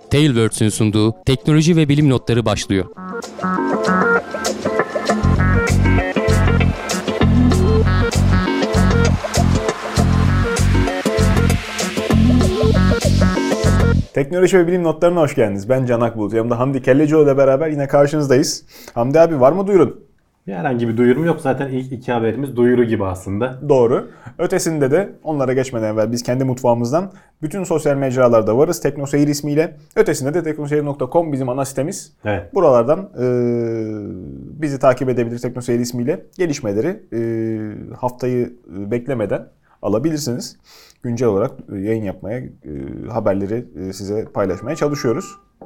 Tailwords'ün sunduğu teknoloji ve bilim notları başlıyor. Teknoloji ve bilim notlarına hoş geldiniz. Ben Can Akbulut. Yanımda Hamdi Kellecioğlu ile beraber yine karşınızdayız. Hamdi abi, var mı duyurun? Herhangi bir duyurum yok. Zaten ilk iki haberimiz duyuru gibi aslında. Doğru. Ötesinde de onlara geçmeden evvel biz kendi mutfağımızdan bütün sosyal mecralarda varız. TeknoSeyir ismiyle. Ötesinde de teknoseyir.com bizim ana sitemiz. Evet. Buralardan bizi takip edebilir, TeknoSeyir ismiyle gelişmeleri haftayı beklemeden alabilirsiniz. Güncel olarak yayın yapmaya, haberleri size paylaşmaya çalışıyoruz.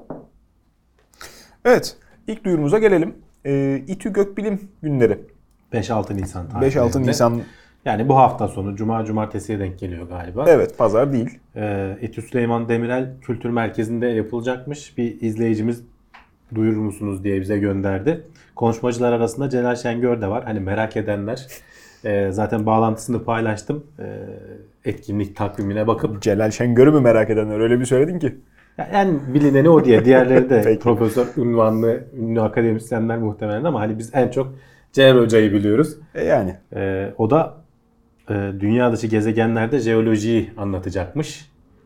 Evet, ilk duyurumuza gelelim. İTÜ Gökbilim Günleri. 5-6 Nisan tarihinde. 5-6 Nisan. Yani bu hafta sonu Cumartesi'ye denk geliyor galiba. Evet, pazar değil. İTÜ Süleyman Demirel Kültür Merkezi'nde yapılacakmış. Bir izleyicimiz duyurur musunuz diye bize gönderdi. Konuşmacılar arasında Celal Şengör de var. Hani merak edenler zaten bağlantısını paylaştım. Etkinlik takvimine bakıp. Celal Şengör'ü mü merak edenler? Öyle bir söyledin ki. En bilineni o diye. Diğerleri de profesör unvanlı, ünlü akademisyenler muhtemelen ama hani biz en çok Celal Hoca'yı biliyoruz. Yani. O da dünya dışı gezegenlerde jeolojiyi anlatacakmış.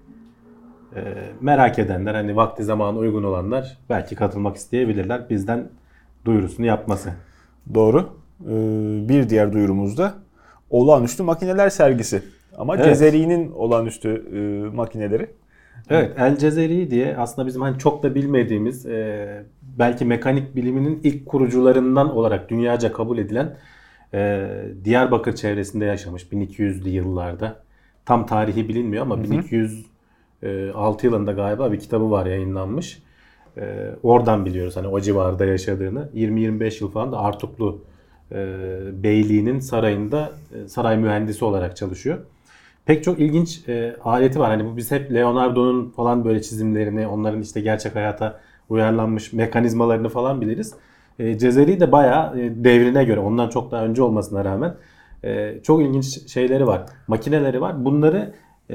Merak edenler, hani vakti zamanı uygun olanlar belki katılmak isteyebilirler. Bizden duyurusunu yapması. Doğru. Bir diğer duyurumuz da olağanüstü makineler sergisi. Ama evet. Cezeri'nin olağanüstü makineleri. Evet, El Cezeri diye aslında bizim hani çok da bilmediğimiz, belki mekanik biliminin ilk kurucularından olarak dünyaca kabul edilen, Diyarbakır çevresinde yaşamış 1200'lü yıllarda. Tam tarihi bilinmiyor ama 1206 yılında galiba bir kitabı var, yayınlanmış. Oradan biliyoruz hani o civarda yaşadığını. 20-25 yıl falan da Artuklu Beyliği'nin sarayında saray mühendisi olarak çalışıyor. Pek çok ilginç aleti var. Hani bu biz hep Leonardo'nun falan böyle çizimlerini, onların işte gerçek hayata uyarlanmış mekanizmalarını falan biliriz. Cezeri de bayağı devrine göre, ondan çok daha önce olmasına rağmen çok ilginç şeyleri var. Makineleri var. Bunları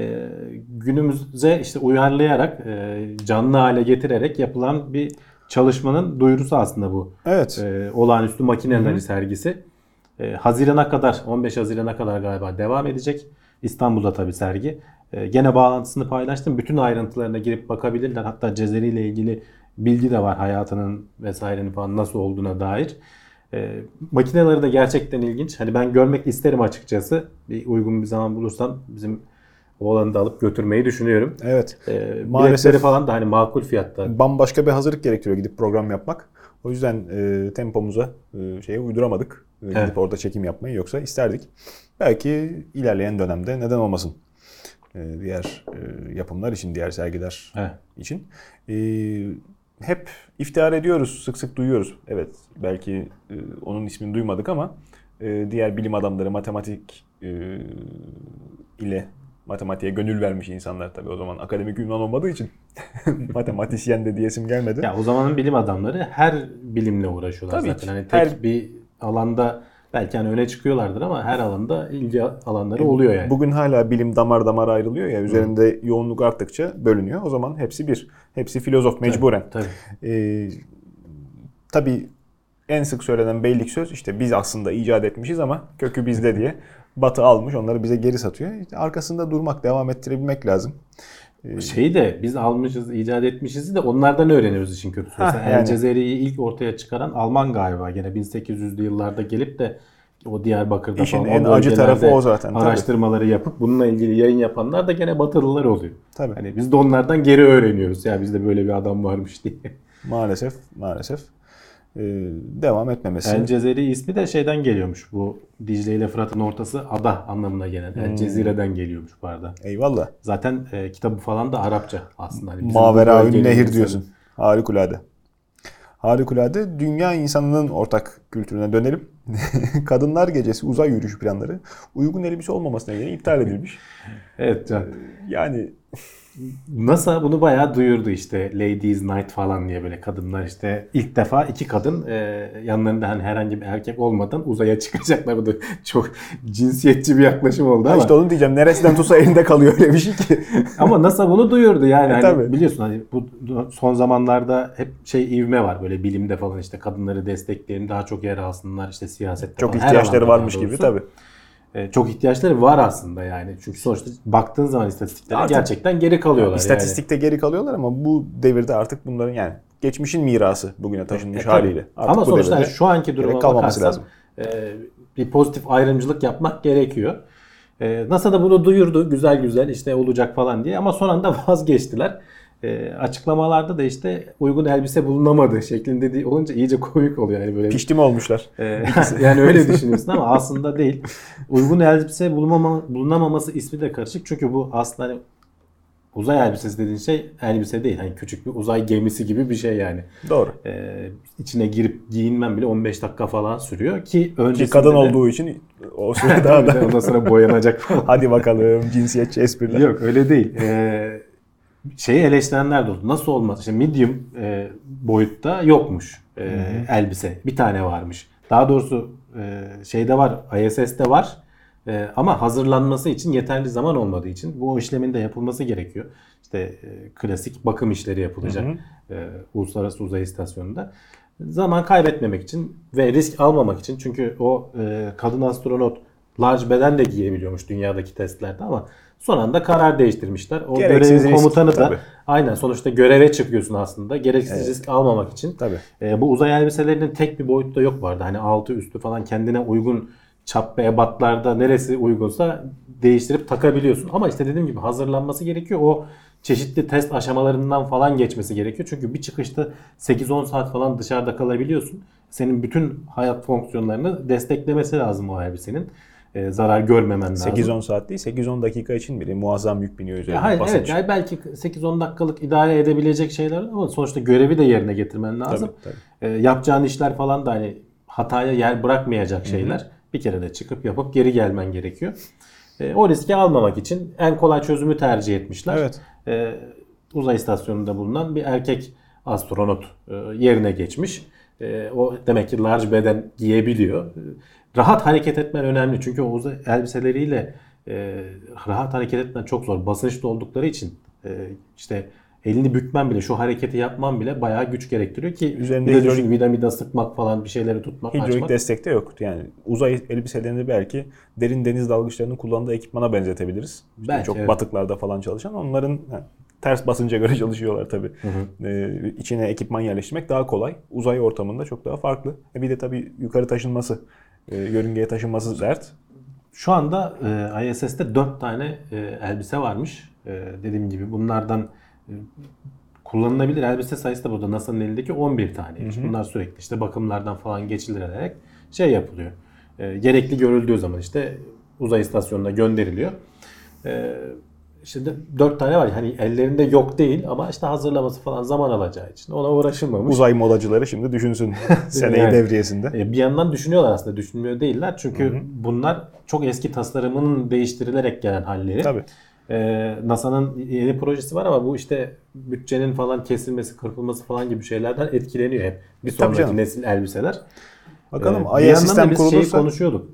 günümüze işte uyarlayarak, canlı hale getirerek yapılan bir çalışmanın duyurusu aslında bu. Evet. Olağanüstü makineleri sergisi. Haziran'a kadar, 15 Haziran'a kadar galiba devam edecek. İstanbul'da tabii sergi. Gene bağlantısını paylaştım. Bütün ayrıntılarına girip bakabilirler. Hatta Cezeri ile ilgili bilgi de var. Hayatının vesairenin falan nasıl olduğuna dair. Makineleri de gerçekten ilginç. Hani ben görmek isterim açıkçası. Bir uygun bir zaman bulursam bizim oğlanı da alıp götürmeyi düşünüyorum. Evet. Biletleri falan da hani makul fiyatta. Bambaşka bir hazırlık gerektiriyor gidip program yapmak. O yüzden tempomuza şeye uyduramadık. Gidip evet. orada çekim yapmayı, yoksa isterdik. Belki ilerleyen dönemde neden olmasın. Diğer yapımlar için, diğer sergiler evet. için. Hep iftihar ediyoruz, sık sık duyuyoruz. Evet, belki onun ismini duymadık ama diğer bilim adamları, matematik ile matematiğe gönül vermiş insanlar, tabii o zaman akademik ünvan olmadığı için matematisyen de diyesim gelmedi. Ya o zamanın bilim adamları her bilimle uğraşıyorlar tabii zaten. Hani tek bir alanda belki hani öne çıkıyorlardır ama her alanda ilgi alanları oluyor yani. Bugün hala bilim damar damar ayrılıyor ya, üzerinde yoğunluk arttıkça bölünüyor. O zaman hepsi bir. Hepsi filozof mecburen. Tabii en sık söylenen beylik söz, işte biz aslında icat etmişiz ama kökü bizde diye. Batı almış, onları bize geri satıyor. İşte arkasında durmak, devam ettirebilmek lazım. Şeyi de biz almışız, icat etmişiz de onlardan öğreniyoruz işin kötüsü. Yani. El Cezeri'yi ilk ortaya çıkaran Alman galiba. Gene 1800'lü yıllarda gelip de o Diyarbakır'da İşin falan en acı tarafı o zaten. Araştırmaları yapıp bununla ilgili yayın yapanlar da gene Batılılar oluyor. Tabii. Hani biz de onlardan geri öğreniyoruz. Ya bizde böyle bir adam varmış diye. Maalesef. Devam etmemesi. El Cezeri ismi de şeyden geliyormuş. Bu Dicle ile Fırat'ın ortası ada anlamına gelen. El Cezire'den geliyormuş bu arada. Eyvallah. Zaten kitabı falan da Arapça aslında. Hani Maveraün nehir diyorsun. Harikulade. Harikulade. Dünya insanının ortak kültürüne dönelim. Kadınlar Gecesi uzay yürüyüşü planları uygun elbise olmamasına göre iptal edilmiş. Evet Can. Yani NASA bunu bayağı duyurdu işte Ladies Night falan diye, böyle kadınlar işte ilk defa iki kadın yanlarında hani herhangi bir erkek olmadan uzaya çıkacaklar. Bu da çok cinsiyetçi bir yaklaşım oldu ama. İşte onu diyeceğim. Neresinden tutsa elinde kalıyor öyle bir şey ki. Ama NASA bunu duyurdu yani. Hani Tabii. biliyorsun hani bu son zamanlarda hep ivme var böyle bilimde falan, işte kadınları destekleyelim, daha çok yer alsınlar işte siyasette Çok falan. ihtiyaçları Her alanda varmış daha gibi doğrusu. tabii. Çok ihtiyaçları var aslında yani. Çünkü sonuçta baktığın zaman istatistiklere Artık gerçekten geri kalıyorlar. İstatistikte geri kalıyorlar ama bu devirde artık bunların yani geçmişin mirası bugüne taşınmış Tabii. haliyle. Artık Ama bu sonuçta devirde şu anki duruma gerek kalmaması bakarsan lazım. bir pozitif ayrımcılık yapmak gerekiyor. NASA da bunu duyurdu güzel güzel işte olacak falan diye, ama son anda vazgeçtiler. Açıklamalarda da işte uygun elbise bulunamadı şeklinde olunca iyice komik oluyor yani böyle. Pişti mi olmuşlar? Yani öyle düşünüyorsun ama aslında değil. Uygun elbise bulunamaması ismi de karışık. Çünkü bu aslında hani uzay elbisesi dediğin şey elbise değil. Hani küçük bir uzay gemisi gibi bir şey yani. Doğru. İçine girip giyinmen bile 15 dakika falan sürüyor ki Ki öncesinde kadın de- olduğu için o süre daha da. ondan sonra boyanacak falan. Hadi bakalım cinsiyetçi espriler. Yok öyle değil. Şeyi eleştirenler de oldu. Nasıl olmaz? İşte medium boyutta yokmuş elbise. Bir tane varmış. Daha doğrusu şeyde var, ISS'te var. Ama hazırlanması için yeterli zaman olmadığı için bu işlemin de yapılması gerekiyor. İşte klasik bakım işleri yapılacak Uluslararası Uzay İstasyonu'nda. Zaman kaybetmemek için ve risk almamak için, çünkü o kadın astronot large beden de giyebiliyormuş dünyadaki testlerde, ama son anda karar değiştirmişler. O Gereksiz görevin risk, komutanı da tabii. aynen sonuçta göreve çıkıyorsun aslında. Gereksiz risk almamak için. Tabii. Bu uzay elbiselerinin tek bir boyutta yok vardı. Hani altı üstü falan kendine uygun çap ve ebatlarda neresi uygunsa değiştirip takabiliyorsun. Ama işte dediğim gibi hazırlanması gerekiyor. O çeşitli test aşamalarından falan geçmesi gerekiyor. Çünkü bir çıkışta 8-10 saat falan dışarıda kalabiliyorsun. Senin bütün hayat fonksiyonlarını desteklemesi lazım o elbisenin. Zarar görmemen lazım. 8-10 saat değil, 8-10 dakika için bile muazzam yük biniyor üzerine. Hayır, basınç. evet, yani belki 8-10 dakikalık idare edebilecek şeyler ama sonuçta görevi de yerine getirmen lazım. Tabii. Yapacağın işler falan da hani hataya yer bırakmayacak şeyler. Bir kere de çıkıp yapıp geri gelmen gerekiyor. O riski almamak için en kolay çözümü tercih etmişler. Evet. Uzay istasyonunda bulunan bir erkek astronot yerine geçmiş. O demek ki large beden giyebiliyor. Rahat hareket etmen önemli. Çünkü o uzay elbiseleriyle rahat hareket etmen çok zor. Basınçlı oldukları için işte elini bükmen bile, şu hareketi yapman bile bayağı güç gerektiriyor ki Üzerinde bir de hidrolik- düşün, vida sıkmak falan, bir şeyleri tutmak, Hidrolik açmak. destek de yok. Yani uzay elbiselerini belki derin deniz dalgıçlarının kullandığı ekipmana benzetebiliriz. İşte Belki, çok evet. batıklarda falan çalışan. Onların ters basınca göre çalışıyorlar tabii. İçine ekipman yerleştirmek daha kolay. Uzay ortamında çok daha farklı. Bir de tabii yukarı taşınması, yörüngeye taşınması dert. Şu anda ISS'te 4 tane elbise varmış. Dediğim gibi bunlardan kullanılabilir elbise sayısı da burada NASA'nın elindeki 11 taneymiş. Bunlar sürekli işte bakımlardan falan geçirilerek şey yapılıyor. Gerekli görüldüğü zaman işte uzay istasyonuna gönderiliyor. İşte 4 tane var. Hani ellerinde yok değil ama işte hazırlaması falan zaman alacağı için ona uğraşılmamış. Uzay modacıları şimdi düşünsün seneyi Yani, devriyesinde. Bir yandan düşünüyorlar aslında. Düşünmüyor değiller. Çünkü bunlar çok eski tasarımının değiştirilerek gelen halleri. Tabii. NASA'nın yeni projesi var ama bu işte bütçenin falan kesilmesi, kırpılması falan gibi şeylerden etkileniyor hep. Bir sonraki canım. nesil elbiseler. Bakalım Bir Ay'a yandan da sistem biz şeyi kurulursa konuşuyorduk.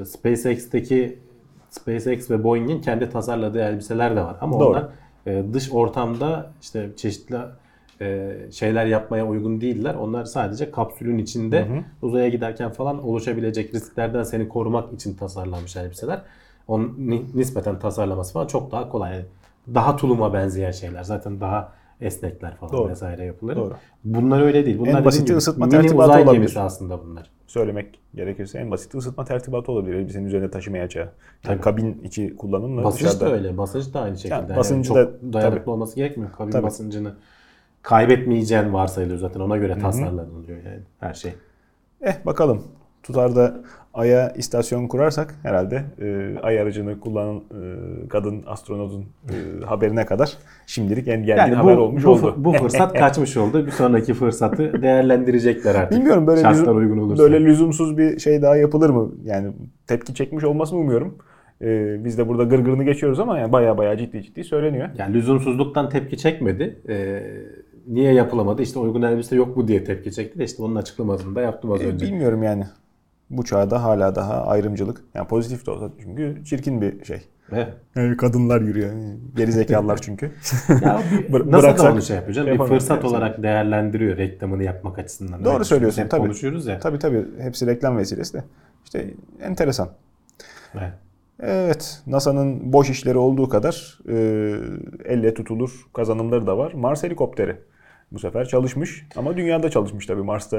SpaceX ve Boeing'in kendi tasarladığı elbiseler de var. Ama Doğru. onlar dış ortamda işte çeşitli şeyler yapmaya uygun değiller. Onlar sadece kapsülün içinde uzaya giderken falan oluşabilecek risklerden seni korumak için tasarlanmış elbiseler. Onun nispeten tasarlaması falan çok daha kolay. Yani daha tuluma benzeyen şeyler. Zaten daha esnekler falan Doğru. vesaire yapılır. Doğru. Bunlar öyle değil. Bunlar dediğim basiti gibi ısıtma mini tertibatı uzay olabilir. gemisi aslında bunlar. söylemek gerekirse en basit ısıtma tertibatı olabilir. Elbisenin üzerine taşımayacağı. Yani Tabii. kabin içi kullanımla Basınç dışarıda. da öyle. Basınç da aynı şekilde. Yani Yani basıncı çok da- dayanıklı tabii. olması gerekmiyor. Kabin Tabii. basıncını kaybetmeyeceğin varsayılıyor zaten. Ona göre tasarlanılıyor yani her şey. Bakalım. Tutar'da Ay'a istasyon kurarsak herhalde Ay aracını kullanan kadın astronotun haberine kadar şimdilik en gergin haber olmuş oldu. Bu fırsat kaçmış oldu. Bir sonraki fırsatı değerlendirecekler artık. Bilmiyorum Şartlar uygun olursa. böyle lüzumsuz bir şey daha yapılır mı? Yani tepki çekmiş olmasını umuyorum. Biz de burada gırgırını geçiyoruz ama yani baya ciddi söyleniyor. Yani lüzumsuzluktan tepki çekmedi. Niye yapılamadı? İşte uygun elbise yok mu diye tepki çekti de işte onun açıklamasını da yaptım az önce. Bilmiyorum yani. Bu çağda hala daha ayrımcılık. Yani pozitif de olsa çünkü çirkin bir şey. Evet. Yani kadınlar yürüyor. Yani geri zekalılar çünkü. Ya nasıl da onu şey yapacağım? Bir fırsat olarak değerlendiriyor reklamını yapmak açısından. Doğru söylüyorsun hep tabii. konuşuyoruz ya. Tabii. Hepsi reklam vesilesi de. İşte enteresan. Evet. Evet. NASA'nın boş işleri olduğu kadar elle tutulur kazanımları da var. Mars helikopteri bu sefer çalışmış. Ama dünyada çalışmış tabii. Mars'ta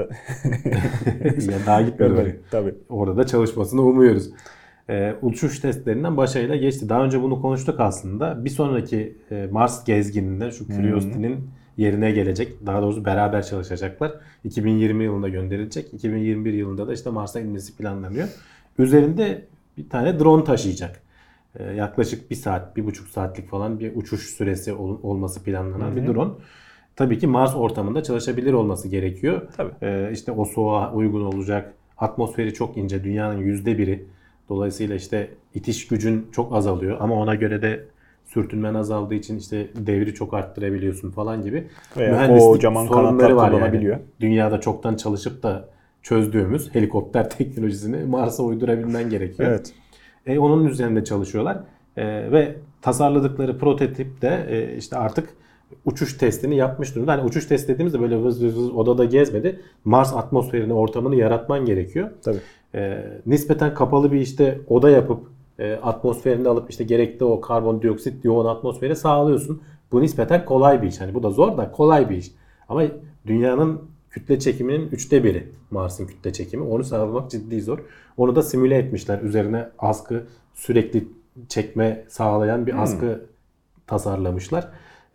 Ya daha gitmedi oraya. Tabii. Orada da çalışmasını umuyoruz. Uçuş testlerinden başarıyla geçti. Daha önce bunu konuştuk aslında. Bir sonraki Mars gezgininde şu Curiosity'nin yerine gelecek. Daha doğrusu beraber çalışacaklar. 2020 yılında gönderilecek. 2021 yılında da işte Mars'a inmesi planlanıyor. Üzerinde bir tane drone taşıyacak. Yaklaşık 1 saat, 1,5 saatlik falan bir uçuş süresi olması planlanan bir drone. Tabii ki Mars ortamında çalışabilir olması gerekiyor. Tabii. İşte o soğuğa uygun olacak. Atmosferi çok ince. Dünyanın %1'i. Dolayısıyla işte itiş gücün çok azalıyor. Ama ona göre de sürtünmen azaldığı için işte devri çok arttırabiliyorsun falan gibi. Veya mühendislik kocaman kanatlar sorunları var kullanabiliyor. yani. Dünyada çoktan çalışıp da çözdüğümüz helikopter teknolojisini Mars'a uydurabilmen gerekiyor. Evet. Onun üzerinde çalışıyorlar. Ve tasarladıkları prototip de işte artık uçuş testini yapmış durumda. Hani uçuş test dediğimizde böyle vız odada gezmedi. Mars atmosferini, ortamını yaratman gerekiyor. Tabii. Nispeten kapalı bir işte oda yapıp atmosferini alıp işte gerekli o karbondioksit yoğun atmosferi sağlıyorsun. Bu nispeten kolay bir iş. Hani bu da zor da kolay bir iş. Ama dünyanın kütle çekiminin 1/3 Mars'ın kütle çekimi. Onu sağlamak ciddi zor. Onu da simüle etmişler. Üzerine askı sürekli çekme sağlayan bir askı tasarlamışlar.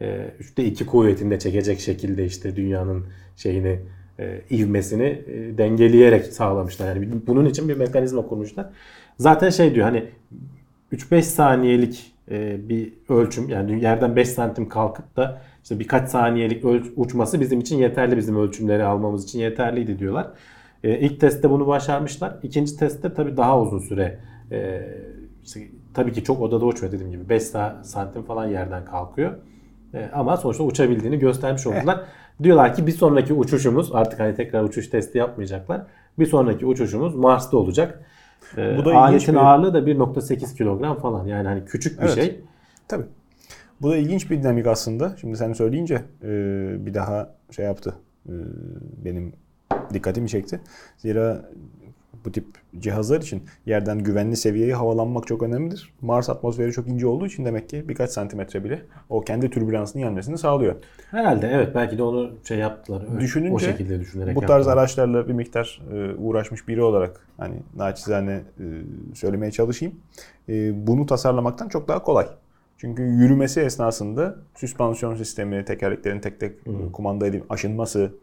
3/2 kuvvetinde çekecek şekilde işte dünyanın şeyini ivmesini dengeleyerek sağlamışlar. Yani bunun için bir mekanizma kurmuşlar. Zaten şey diyor hani 3-5 saniyelik bir ölçüm yani yerden 5 santim kalkıp da işte birkaç saniyelik uçması bizim için yeterli, bizim ölçümleri almamız için yeterliydi diyorlar. İlk testte bunu başarmışlar. İkinci testte tabii daha uzun süre işte, tabii ki çok odada uçmuyor dediğim gibi 5 santim falan yerden kalkıyor. Ama sonuçta uçabildiğini göstermiş oldular. Diyorlar ki bir sonraki uçuşumuz artık hani tekrar uçuş testi yapmayacaklar. Bir sonraki uçuşumuz Mars'ta olacak. Bu da aletin ağırlığı da 1,8 kilogram falan. Yani hani küçük bir şey. Tabii. Bu da ilginç bir dinamik aslında. Şimdi sen söyleyince bir daha şey yaptı. Benim dikkatimi çekti. Zira bu tip cihazlar için yerden güvenli seviyeye havalanmak çok önemlidir. Mars atmosferi çok ince olduğu için demek ki birkaç santimetre bile o kendi türbülansını yenmesini sağlıyor. Herhalde evet belki de onu şey yaptılar. Düşününce o şekilde düşünerek bu tarz yaptılar. araçlarla bir miktar uğraşmış biri olarak hani naçizane söylemeye çalışayım. Bunu tasarlamaktan çok daha kolay. Çünkü yürümesi esnasında süspansiyon sistemi, tekerleklerin tek tek kumanda edip aşınması,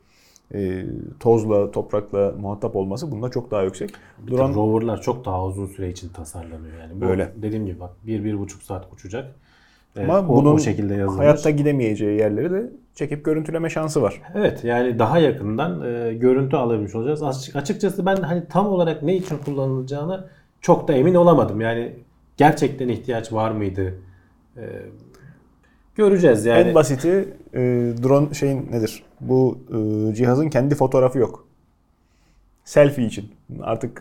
tozla, toprakla muhatap olması bunda çok daha yüksek. Rover'lar çok daha uzun süre için tasarlanıyor yani. Bu, öyle. Dediğim gibi bak 1-1,5 saat uçacak. Ama bunun o şekilde yazılmış. Hayatta gidemeyeceği yerleri de çekip görüntüleme şansı var. Evet yani daha yakından görüntü alabilmiş olacağız. Açıkçası ben hani tam olarak ne için kullanılacağını çok da emin olamadım. Yani gerçekten ihtiyaç var mıydı? Göreceğiz yani. En basiti drone şeyin nedir? Bu cihazın kendi fotoğrafı yok. Selfie için. Artık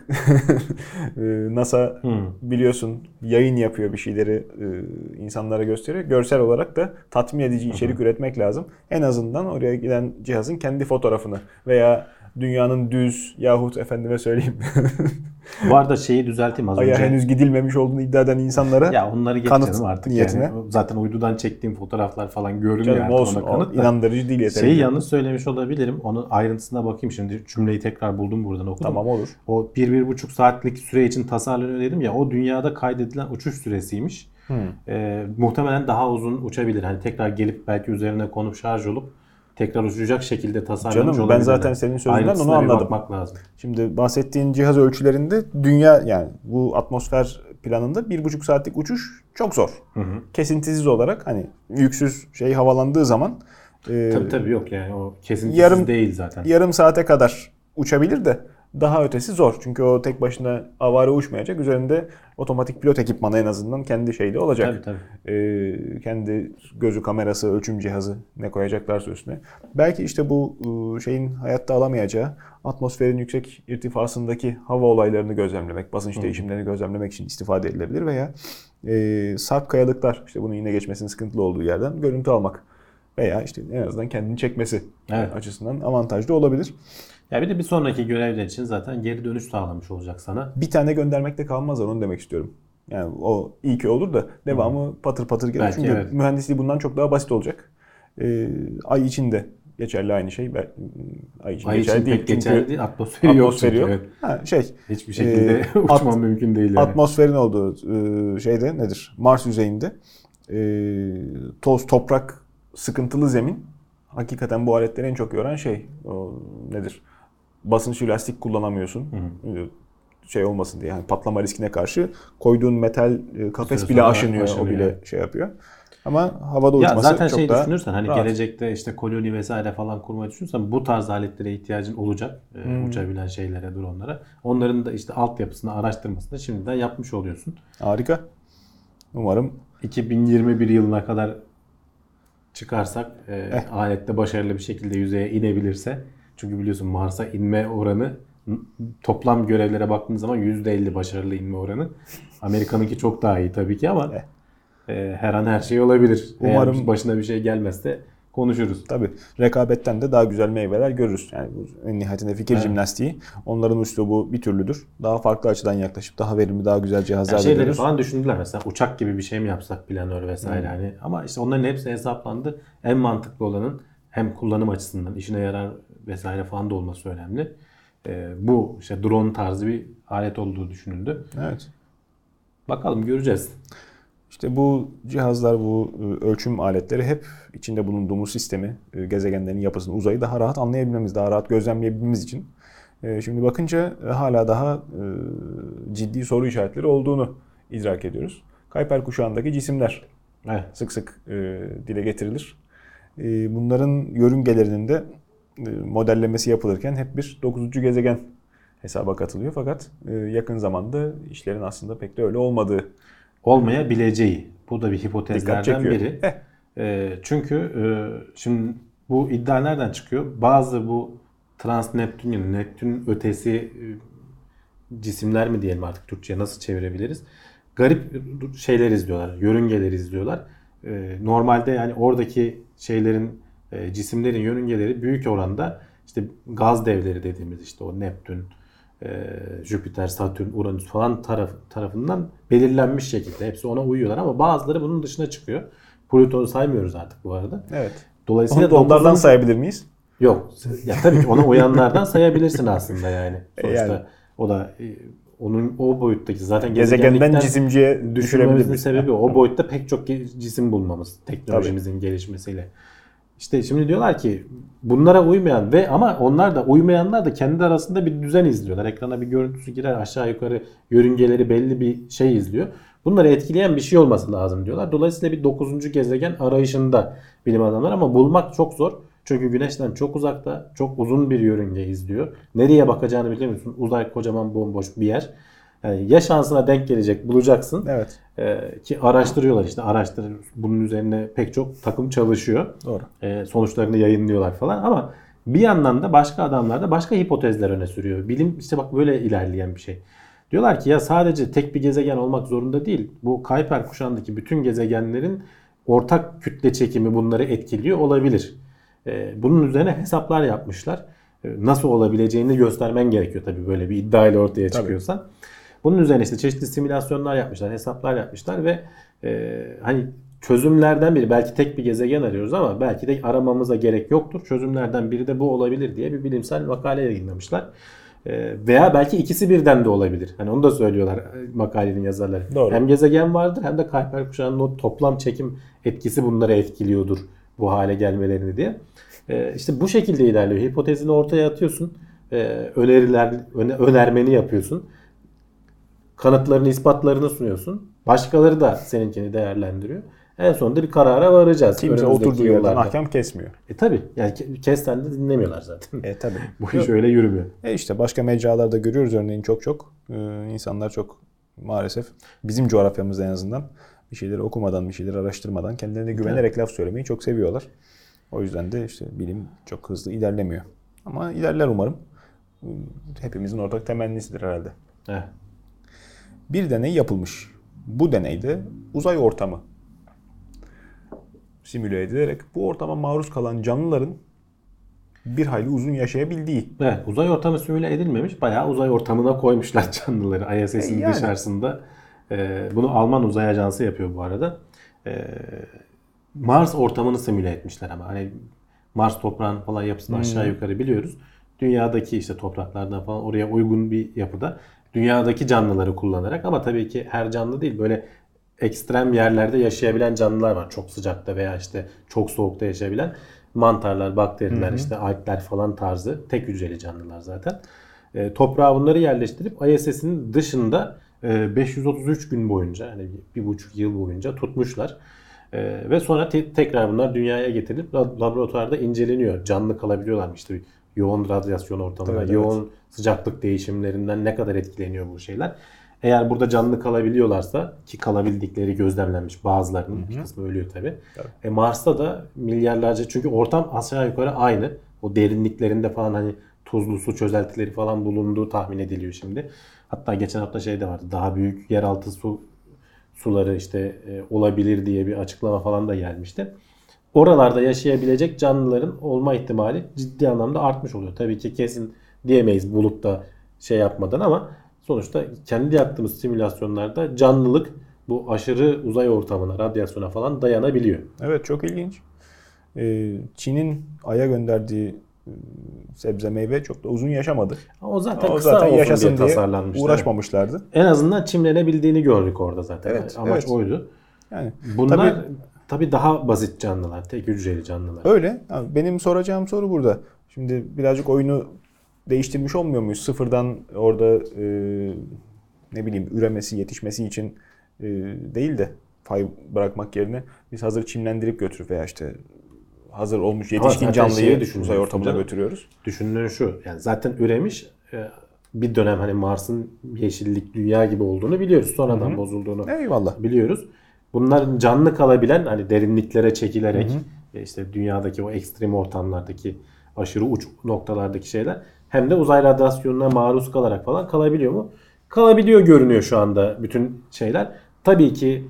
NASA biliyorsun yayın yapıyor bir şeyleri insanlara gösteriyor. Görsel olarak da tatmin edici içerik üretmek lazım. En azından oraya giden cihazın kendi fotoğrafını veya dünyanın düz yahut efendime söyleyeyim Bu arada şeyi düzelteyim az önce. Ay'a henüz gidilmemiş olduğunu iddia eden insanlara ya onları geçelim artık niyetine. yani. Zaten uydudan çektiğim fotoğraflar falan görünüyor Canım artık olsun, ona kanıt. inandırıcı değil yeterince. Şeyi yanlış söylemiş olabilirim. Onun ayrıntısına bakayım şimdi. Cümleyi tekrar buldum buradan okudum. Tamam olur. O 1-1,5 saatlik süre için tasarlanıyor dedim ya. O dünyada kaydedilen uçuş süresiymiş. Muhtemelen daha uzun uçabilir. Hani tekrar gelip belki üzerine konup şarj olup tekrar uçacak şekilde tasarlanmış Canım, olabilir. ben zaten senin sözünden onu bir anladım. bakmak lazım. Şimdi bahsettiğin cihaz ölçülerinde dünya yani bu atmosfer planında 1,5 saatlik uçuş çok zor. Kesintisiz olarak hani yüksüz şey havalandığı zaman Tabii yok yani o kesintisiz değil zaten. Yarım saate kadar uçabilir de daha ötesi zor. Çünkü o tek başına avare uçmayacak. Üzerinde otomatik pilot ekipmanı en azından kendi şeyde olacak. Tabii. Kendi gözü, kamerası, ölçüm cihazı ne koyacaklarsa üstüne. Belki işte bu şeyin hayatta alamayacağı atmosferin yüksek irtifasındaki hava olaylarını gözlemlemek, basınç değişimlerini gözlemlemek için istifade edilebilir veya sarp kayalıklar, işte bunun yine geçmesinin sıkıntılı olduğu yerden görüntü almak veya işte en azından kendini çekmesi açısından avantajlı olabilir. Ya bir de bir sonraki görevler için zaten geri dönüş sağlamış olacak sana. Bir tane göndermekte kalmazlar, onu demek istiyorum. Yani o iyi ki olur da devamı patır patır gelir. Çünkü mühendisliği bundan çok daha basit olacak. Ay için de geçerli aynı şey. Ay için geçerli değil. Geçerli değil. Atmosferi yok. Evet. Hiçbir şekilde uçman mümkün değil. Yani. Atmosferin olduğu şeyde nedir? Mars yüzeyinde toz, toprak, sıkıntılı zemin. Hakikaten bu aletleri en çok yoran şey. O nedir? Basınçlı lastik kullanamıyorsun. Şey olmasın diye. Yani patlama riskine karşı koyduğun metal kafes bile aşınıyor. O bile şey yapıyor. Ama havada uçması zaten çok daha düşünürsen hani rahat. Gelecekte işte koloni vesaire falan kurmayı düşünürsen bu tarz aletlere ihtiyacın olacak. Uçabilen şeylere, dronlara. Onların da işte altyapısını, araştırmasını şimdiden yapmış oluyorsun. Harika. Umarım 2021 yılına kadar çıkarsak alette başarılı bir şekilde yüzeye inebilirse, çünkü biliyorsun Mars'a inme oranı toplam görevlere baktığınız zaman %50 başarılı inme oranı. Amerika'nınki çok daha iyi tabii ki ama her an her şey olabilir. Umarım eğer başına bir şey gelmezse konuşuruz. Tabii. Rekabetten de daha güzel meyveler görürüz. Yani en nihayetinde fikir jimnastiği. Onların üslubu bir türlüdür. Daha farklı açıdan yaklaşıp daha verimli, daha güzel cihazlar şeyleri veriyoruz. falan düşündüler mesela, uçak gibi bir şey mi yapsak, planör vesaire hani, ama işte onların hepsi hesaplandı. En mantıklı olanın hem kullanım açısından işine yarar vesaire falan da olması önemli. Bu işte drone tarzı bir alet olduğu düşünüldü. Evet. Bakalım, göreceğiz. İşte bu cihazlar, bu ölçüm aletleri hep içinde bulunduğumuz sistemi, gezegenlerin yapısını, uzayı daha rahat anlayabilmemiz, daha rahat gözlemleyebilmemiz için. Şimdi bakınca hala daha ciddi soru işaretleri olduğunu idrak ediyoruz. Kuiper kuşağındaki cisimler sık sık dile getirilir. Bunların yörüngelerinin de modellemesi yapılırken hep bir 9. gezegen hesaba katılıyor. Fakat yakın zamanda işlerin aslında pek de öyle olmayabileceği. Bu da bir hipotezlerden biri. Çünkü şimdi bu iddia nereden çıkıyor? Bazı bu Transneptunian, Neptün ötesi cisimler mi diyelim artık, Türkçe'ye nasıl çevirebiliriz? Garip şeyler izliyorlar, yörüngeler izliyorlar. Normalde yani oradaki şeylerin, cisimlerin yörüngeleri büyük oranda işte gaz devleri dediğimiz, işte o Neptün, Jüpiter, Satürn, Uranüs falan tarafından belirlenmiş şekilde. Hepsi ona uyuyorlar ama bazıları bunun dışına çıkıyor. Plüton'u saymıyoruz artık bu arada. Evet. Dolayısıyla onu da onlardan sayabilir miyiz? Yok. Ya tabii ki ona uyanlardan sayabilirsin aslında yani. Sonuçta yani. O da onun o boyuttaki zaten gezegenden cisimciye düşürebiliriz. Sebebi o boyutta pek çok cisim bulmamız teknolojimizin gelişmesiyle. İşte şimdi diyorlar ki bunlara uymayan ama onlar da uymayanlar da kendi arasında bir düzen izliyorlar. Ekrana bir görüntüsü girer, aşağı yukarı yörüngeleri belli bir şey izliyor. Bunları etkileyen bir şey olması lazım diyorlar. Dolayısıyla bir 9. gezegen arayışında bilim adamları, ama bulmak çok zor. Çünkü Güneş'ten çok uzakta, çok uzun bir yörünge izliyor. Nereye bakacağını bilemiyorsun. Uzay kocaman bomboş bir yer. Yani ya şansına denk gelecek, bulacaksın. Evet. Ki araştırıyorlar işte. Bunun üzerine pek çok takım çalışıyor. Doğru. Sonuçlarını yayınlıyorlar falan, ama bir yandan da başka adamlar da başka hipotezler öne sürüyor. Bilim işte bak böyle ilerleyen bir şey. Diyorlar ki ya sadece tek bir gezegen olmak zorunda değil. Bu Kuiper kuşağındaki bütün gezegenlerin ortak kütle çekimi bunları etkiliyor olabilir. Bunun üzerine hesaplar yapmışlar. Nasıl olabileceğini göstermen gerekiyor tabii böyle bir iddiayla ortaya çıkıyorsan. Bunun üzerine işte çeşitli simülasyonlar yapmışlar, hesaplar yapmışlar ve hani çözümlerden biri, belki tek bir gezegen arıyoruz ama belki de aramamıza gerek yoktur. Çözümlerden biri de bu olabilir diye bir bilimsel makale yayınlamışlar. Veya belki ikisi birden de olabilir. Hani onu da söylüyorlar makalenin yazarları. Doğru. Hem gezegen vardır hem de Kuiper kuşağının o toplam çekim etkisi bunları etkiliyordur bu hale gelmelerini diye. İşte bu şekilde ilerliyor. Hipotezini ortaya atıyorsun. Önermeni yapıyorsun. Kanıtlarını, ispatlarını sunuyorsun. Başkaları da seninkini değerlendiriyor. En sonunda bir karara varacağız. Kimse önümüzdeki oturduğu yerden yıllarda. ahkam kesmiyor. Tabii. Yani kessen de dinlemiyorlar zaten. Tabii. Bu iş öyle yürümüyor. İşte başka mecralarda görüyoruz örneğin çok. İnsanlar çok maalesef bizim coğrafyamızda en azından bir şeyleri okumadan, bir şeyleri araştırmadan kendilerine güvenerek laf söylemeyi çok seviyorlar. O yüzden de işte bilim çok hızlı ilerlemiyor. Ama ilerler umarım. Hepimizin ortak temennisidir herhalde. Evet. Bir deney yapılmış. Bu deneyde uzay ortamı simüle edilerek bu ortama maruz kalan canlıların bir hayli uzun yaşayabildiği. Evet, uzay ortamı simüle edilmemiş. Bayağı uzay ortamına koymuşlar canlıları ISS'in Yani. dışarısında. Bunu Alman uzay ajansı yapıyor bu arada. Mars ortamını simüle etmişler ama hani Mars toprağın falan yapısını aşağı yukarı biliyoruz. Dünyadaki işte topraklardan falan oraya uygun bir yapıda dünyadaki canlıları kullanarak, ama tabii ki her canlı değil, böyle ekstrem yerlerde yaşayabilen canlılar var. Çok sıcakta veya işte çok soğukta yaşayabilen mantarlar, bakteriler, işte algler falan tarzı tek hücreli canlılar zaten. Toprağa bunları yerleştirip ISS'in dışında 533 gün boyunca, yani 1,5 yıl boyunca tutmuşlar. Ve sonra tekrar bunlar dünyaya getirilip laboratuvarda inceleniyor. Canlı kalabiliyorlar mı? İşte yoğun radyasyon ortamında, Evet, yoğun sıcaklık değişimlerinden ne kadar etkileniyor bu şeyler. Eğer burada canlı kalabiliyorlarsa, ki kalabildikleri gözlemlenmiş, bazılarının bir kısmı ölüyor tabii. Mars'ta da milyarlarca, çünkü ortam aşağı yukarı aynı. O derinliklerinde falan hani tuzlu su çözeltileri falan bulunduğu tahmin ediliyor şimdi. Hatta geçen hafta şey de vardı, daha büyük yeraltı suları işte olabilir diye bir açıklama falan da gelmişti. Oralarda yaşayabilecek canlıların olma ihtimali ciddi anlamda artmış oluyor. Tabii ki kesin diyemeyiz bulup da şey yapmadan, ama sonuçta kendi yaptığımız simülasyonlarda canlılık bu aşırı uzay ortamına, radyasyona falan dayanabiliyor. Evet, çok ilginç. Çin'in Ay'a gönderdiği sebze meyve çok da uzun yaşamadı. O zaten O kısa zaten olsun yaşasın diye tasarlanmıştı. uğraşmamışlardı. En azından çimlenebildiğini gördük orada zaten. Evet, Amaç evet. oydu. Yani Bunlar tabii daha basit canlılar, tek hücreli canlılar. öyle. Benim soracağım soru burada. Şimdi birazcık oyunu değiştirmiş olmuyor muyuz? Sıfırdan orada ne bileyim üremesi, yetişmesi için değil de fay bırakmak yerine biz hazır çimlendirip götürüp veya işte hazır olmuş yetişkin canlıyı uzay ortamına götürüyoruz. Düşündüğün şu, yani zaten üremiş, bir dönem hani Mars'ın yeşillik dünya gibi olduğunu biliyoruz. Sonradan bozulduğunu Eyvallah. biliyoruz. Bunların canlı kalabilen, hani derinliklere çekilerek işte dünyadaki o ekstrem ortamlardaki aşırı uç noktalardaki şeyler, hem de uzay radyasyonuna maruz kalarak falan kalabiliyor mu? Kalabiliyor görünüyor şu anda bütün şeyler. Tabii ki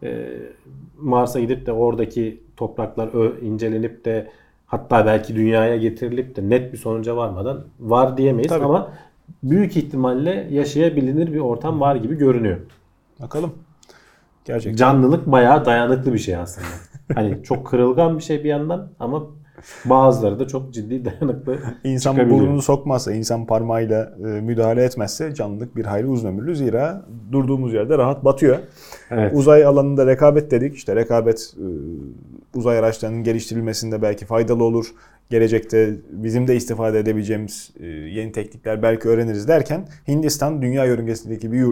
Mars'a gidip de oradaki topraklar incelenip de hatta belki dünyaya getirilip de net bir sonuca varmadan var diyemeyiz. Tabii. Ama büyük ihtimalle yaşayabilir bir ortam var gibi görünüyor. Bakalım. Gerçekten. Canlılık bayağı dayanıklı bir şey aslında. Hani çok kırılgan bir şey bir yandan, ama bazıları da çok ciddi dayanıklı İnsan çıkabiliyor. burnunu sokmazsa, insan parmağıyla müdahale etmezse canlılık bir hayli uzun ömürlü. Zira durduğumuz yerde rahat batıyor. Evet. Uzay alanında rekabet dedik. İşte rekabet uzay araçlarının geliştirilmesinde belki faydalı olur. Gelecekte bizim de istifade edebileceğimiz yeni teknikler belki öğreniriz derken Hindistan dünya yörüngesindeki bir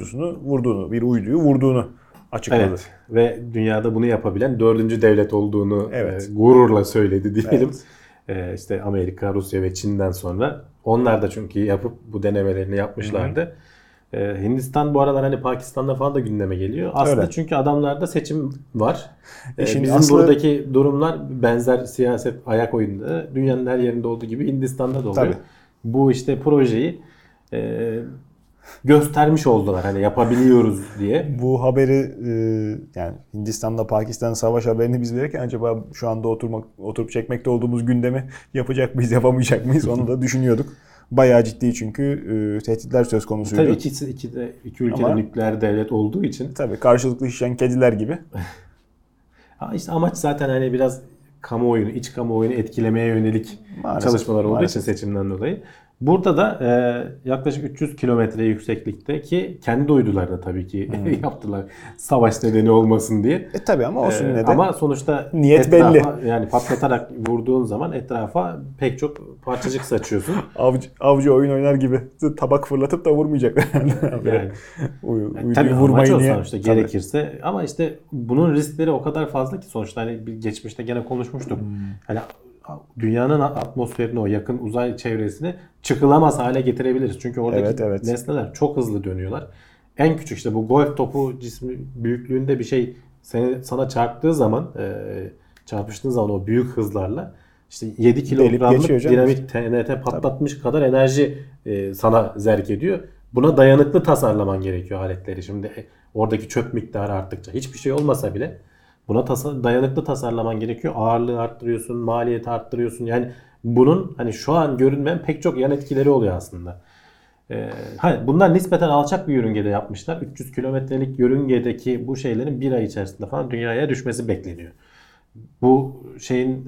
uyduyu vurduğunu açıkladı. Evet. Ve dünyada bunu yapabilen 4. devlet olduğunu Evet. gururla söyledi diyelim. İşte Amerika, Rusya ve Çin'den sonra. Onlar da çünkü yapıp bu denemelerini yapmışlardı. Hindistan bu aralar hani Pakistan'da falan da gündeme geliyor. Aslında Öyle. çünkü adamlarda seçim var. İşin Bizim aslı- buradaki durumlar benzer siyaset ayak oyunda dünyanın her yerinde olduğu gibi Hindistan'da da oluyor. Tabii. Bu işte projeyi göstermiş oldular hani yapabiliyoruz diye. Bu haberi yani Hindistan'la Pakistan savaş haberini biz verirken acaba şu anda oturup çekmekte olduğumuz gündemi yapacak mıyız, yapamayacak mıyız onu da düşünüyorduk. Bayağı ciddi çünkü tehditler söz konusuydu. Tabii iki ülkede Ama- nükleer devlet olduğu için. Tabii karşılıklı şişen kediler gibi. İşte amaç zaten hani biraz kamuoyunu, iç kamuoyunu etkilemeye yönelik Maalesef, çalışmalar olduğu maalesef. için seçimden dolayı. Burada da yaklaşık 300 kilometre yükseklikteki kendi uydularını tabii ki yaptılar. Savaş nedeni olmasın diye. Tabii ama olsun yine de. Ama sonuçta niyet etrafa, belli. yani patlatarak vurduğun zaman etrafa pek çok parçacık saçıyorsun. Avcı oyun oynar gibi tabak fırlatıp da vurmayacaklar. Yani, Uyduyu tabii vurmayı amaç o niye? sonuçta gerekirse. Ama işte bunun riskleri o kadar fazla ki sonuçta hani bir geçmişte gene konuşmuştuk. Hani dünyanın atmosferini, o yakın uzay çevresini çıkılamaz hale getirebiliriz. Çünkü oradaki nesneler çok hızlı dönüyorlar. En küçük işte bu golf topu cismi büyüklüğünde bir şey sana çarptığı zaman, çarpıştığı zaman o büyük hızlarla işte 7 kilogramlık dinamit TNT patlatmış kadar enerji sana zerk ediyor. Buna dayanıklı tasarlaman gerekiyor aletleri. Şimdi oradaki çöp miktarı arttıkça hiçbir şey olmasa bile buna dayanıklı tasarlaman gerekiyor. Ağırlığı arttırıyorsun, maliyeti arttırıyorsun. Yani bunun hani şu an görünmeyen pek çok yan etkileri oluyor aslında. Bunlar nispeten alçak bir yörüngede yapmışlar. 300 kilometrelik yörüngedeki bu şeylerin bir ay içerisinde falan dünyaya düşmesi bekleniyor. Bu şeyin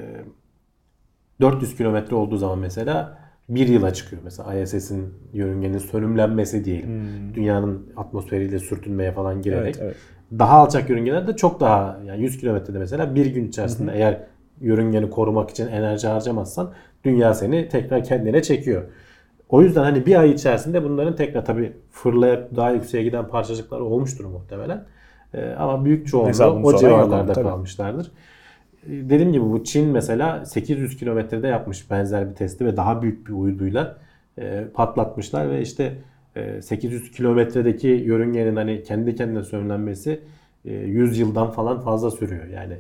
400 kilometre olduğu zaman mesela bir yıla çıkıyor. Mesela ISS'in yörüngenin sönümlenmesi diyelim. Dünyanın atmosferiyle sürtünmeye falan girerek. Evet. Daha alçak yörüngelerde çok daha, yani 100 kilometrede mesela bir gün içerisinde eğer yörüngeni korumak için enerji harcamazsan dünya seni tekrar kendine çekiyor. O yüzden hani bir ay içerisinde bunların tekrar tabii fırlayıp daha yükseğe giden parçacıklar olmuştur muhtemelen. Ama büyük çoğunluğu o civarlarda kalmışlardır. Dediğim gibi bu Çin mesela 800 kilometrede yapmış benzer bir testi ve daha büyük bir uyduyla patlatmışlar ve işte 800 kilometredeki yörüngenin hani kendi kendine sönümlenmesi 100 yıldan falan fazla sürüyor. Yani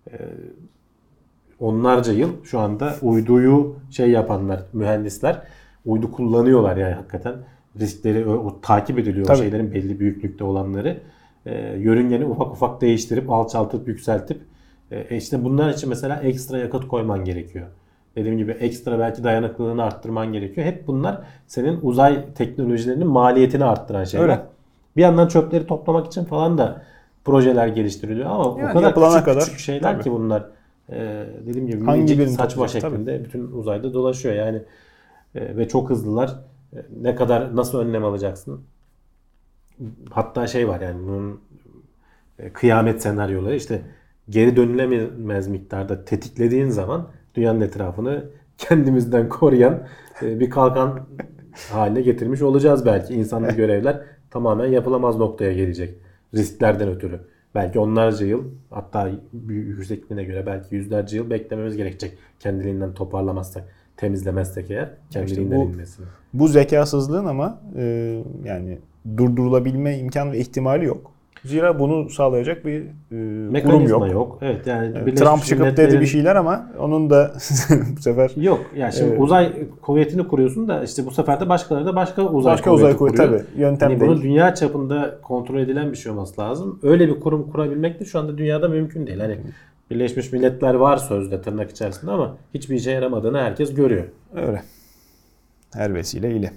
onlarca yıl şu anda uyduyu yapanlar, mühendisler uydu kullanıyorlar yani hakikaten. Riskleri takip ediliyor. Tabii. O şeylerin belli büyüklükte olanları. Yörüngeni ufak ufak değiştirip, alçaltıp, yükseltip işte bunlar için mesela ekstra yakıt koyman gerekiyor. Dediğim gibi ekstra belki dayanıklılığını arttırman gerekiyor. Hep bunlar senin uzay teknolojilerinin maliyetini arttıran şeyler. Öyle. Bir yandan çöpleri toplamak için falan da projeler geliştiriliyor ama yani o kadar küçük şeyler tabii ki bunlar. Dediğim gibi minicik saçma şeklinde tabii bütün uzayda dolaşıyor yani ve çok hızlılar. Ne kadar nasıl önlem alacaksın? Hatta var yani bunun kıyamet senaryoları işte geri dönülemez miktarda tetiklediğin zaman dünyanın etrafını kendimizden koruyan bir kalkan haline getirmiş olacağız belki. İnsanlı görevler tamamen yapılamaz noktaya gelecek. Risklerden ötürü. Belki onlarca yıl, hatta yüksekliğine göre belki yüzlerce yıl beklememiz gerekecek. Kendiliğinden toparlamazsak, temizlemezsek eğer kendiliğinden inmesini. Bu zekasızlığın ama yani durdurulabilme imkan ve ihtimali yok. Zira bunu sağlayacak bir kurum yok. Evet yani Trump çıkıp dedi bir şeyler ama onun da bu sefer yok. Yani şimdi uzay kuvvetini kuruyorsun da işte bu sefer de başkaları da başka uzay kuvveti kuruyor. Tabii. Yöntem yani değil. Bunun dünya çapında kontrol edilen bir şey olması lazım. Öyle bir kurum kurabilmek de şu anda dünyada mümkün değil. Hani Birleşmiş Milletler var sözde tırnak içerisinde ama hiçbir işe yaramadığını herkes görüyor. Öyle. Her vesileyle.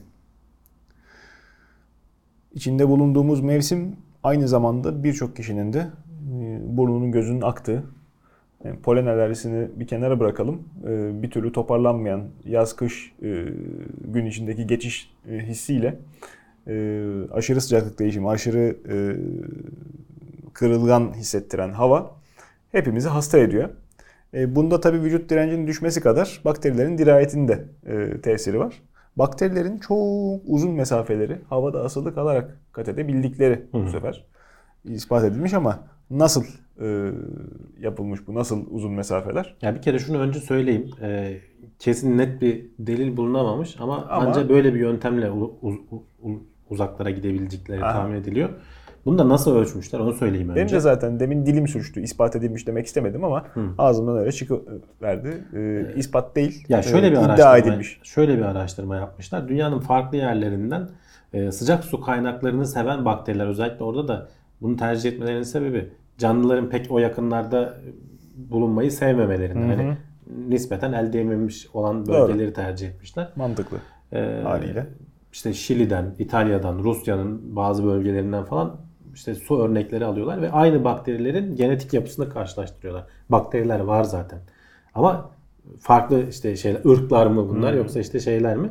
İçinde bulunduğumuz mevsim aynı zamanda birçok kişinin de burnunun gözünün aktığı, yani polen alerjisini bir kenara bırakalım, bir türlü toparlanmayan yaz-kış gün içindeki geçiş hissiyle aşırı sıcaklık değişimi, aşırı kırılgan hissettiren hava hepimizi hasta ediyor. Bunda tabii vücut direncinin düşmesi kadar bakterilerin dirayetinde tesiri var. Bakterilerin çok uzun mesafeleri havada asılı kalarak kat edebildikleri bu sefer ispat edilmiş ama nasıl yapılmış bu? Nasıl uzun mesafeler? Ya bir kere şunu önce söyleyeyim. Kesin net bir delil bulunamamış ama ancak böyle bir yöntemle uzaklara gidebilecekleri tahmin ediliyor. Bunu da nasıl ölçmüşler onu söyleyeyim önce. Benim de zaten demin dilim sürçtü. İspat edilmiş demek istemedim ama ağzımdan öyle çıkıverdi. İspat değil. Ya şöyle bir iddia edilmiş. Şöyle bir araştırma yapmışlar. Dünyanın farklı yerlerinden sıcak su kaynaklarını seven bakteriler, özellikle orada da bunu tercih etmelerinin sebebi canlıların pek o yakınlarda bulunmayı sevmemelerinden. Yani nispeten elde edilmemiş olan bölgeleri tercih etmişler. Mantıklı haliyle. İşte Şili'den, İtalya'dan, Rusya'nın bazı bölgelerinden falan işte su örnekleri alıyorlar ve aynı bakterilerin genetik yapısını karşılaştırıyorlar. Bakteriler var zaten. Ama farklı işte ırklar mı bunlar yoksa işte şeyler mi?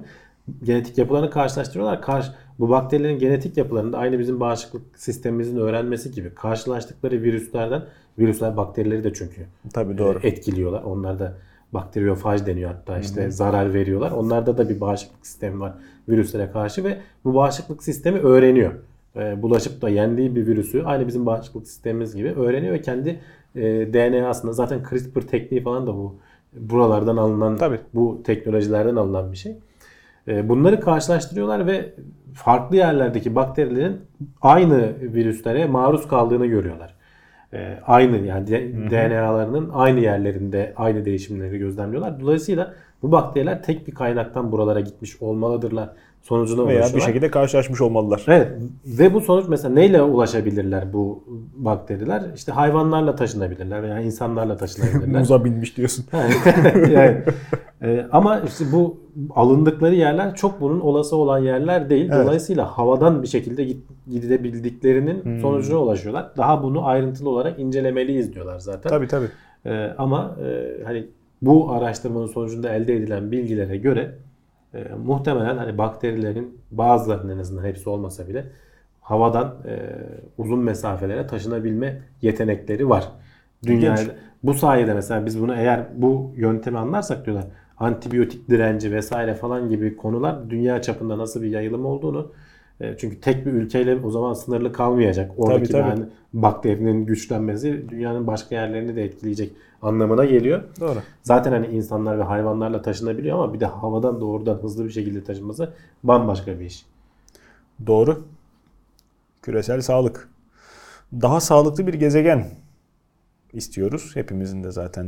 genetik yapılarını karşılaştırıyorlar. Bu bakterilerin genetik yapılarında aynı bizim bağışıklık sistemimizin öğrenmesi gibi karşılaştıkları virüsler bakterileri de çünkü Tabii doğru. etkiliyorlar. Onlar da bakteriyofaj deniyor hatta işte zarar veriyorlar. Onlarda da bir bağışıklık sistemi var virüslere karşı ve bu bağışıklık sistemi öğreniyor. Bulaşıp da yendiği bir virüsü aynı bizim bağışıklık sistemimiz gibi öğreniyor ve kendi DNA'sında zaten CRISPR tekniği falan da buralardan alınan, Tabii. bu teknolojilerden alınan bir şey. Bunları karşılaştırıyorlar ve farklı yerlerdeki bakterilerin aynı virüslere maruz kaldığını görüyorlar. Aynı yani DNA'larının aynı yerlerinde aynı değişimleri gözlemliyorlar. Dolayısıyla bu bakteriler tek bir kaynaktan buralara gitmiş olmalıdırlar sonucuna ulaşıyorlar. Veya bir şekilde karşılaşmış olmalılar. Evet ve bu sonuç mesela neyle ulaşabilirler bu bakteriler? İşte hayvanlarla taşınabilirler veya insanlarla taşınabilirler. Muza binmiş diyorsun. Yani, ama işte bu alındıkları yerler çok bunun olası olan yerler değil. Evet. Dolayısıyla havadan bir şekilde gidebildiklerinin sonucuna ulaşıyorlar. Daha bunu ayrıntılı olarak incelemeliyiz diyorlar zaten. Tabii. Ama hani bu araştırmanın sonucunda elde edilen bilgilere göre muhtemelen hani bakterilerin bazılarının en azından hepsi olmasa bile havadan uzun mesafelere taşınabilme yetenekleri var. Dünyada bu sayede mesela biz bunu eğer bu yöntemi anlarsak diyorlar antibiyotik direnci vesaire falan gibi konular dünya çapında nasıl bir yayılım olduğunu çünkü tek bir ülkeyle o zaman sınırlı kalmayacak. Oradaki Tabii. yani bakterinin güçlenmesi dünyanın başka yerlerini de etkileyecek anlamına geliyor. Doğru. Zaten hani insanlar ve hayvanlarla taşınabiliyor ama bir de havadan doğrudan hızlı bir şekilde taşınması bambaşka bir iş. Doğru. Küresel sağlık. Daha sağlıklı bir gezegen istiyoruz. Hepimizin de zaten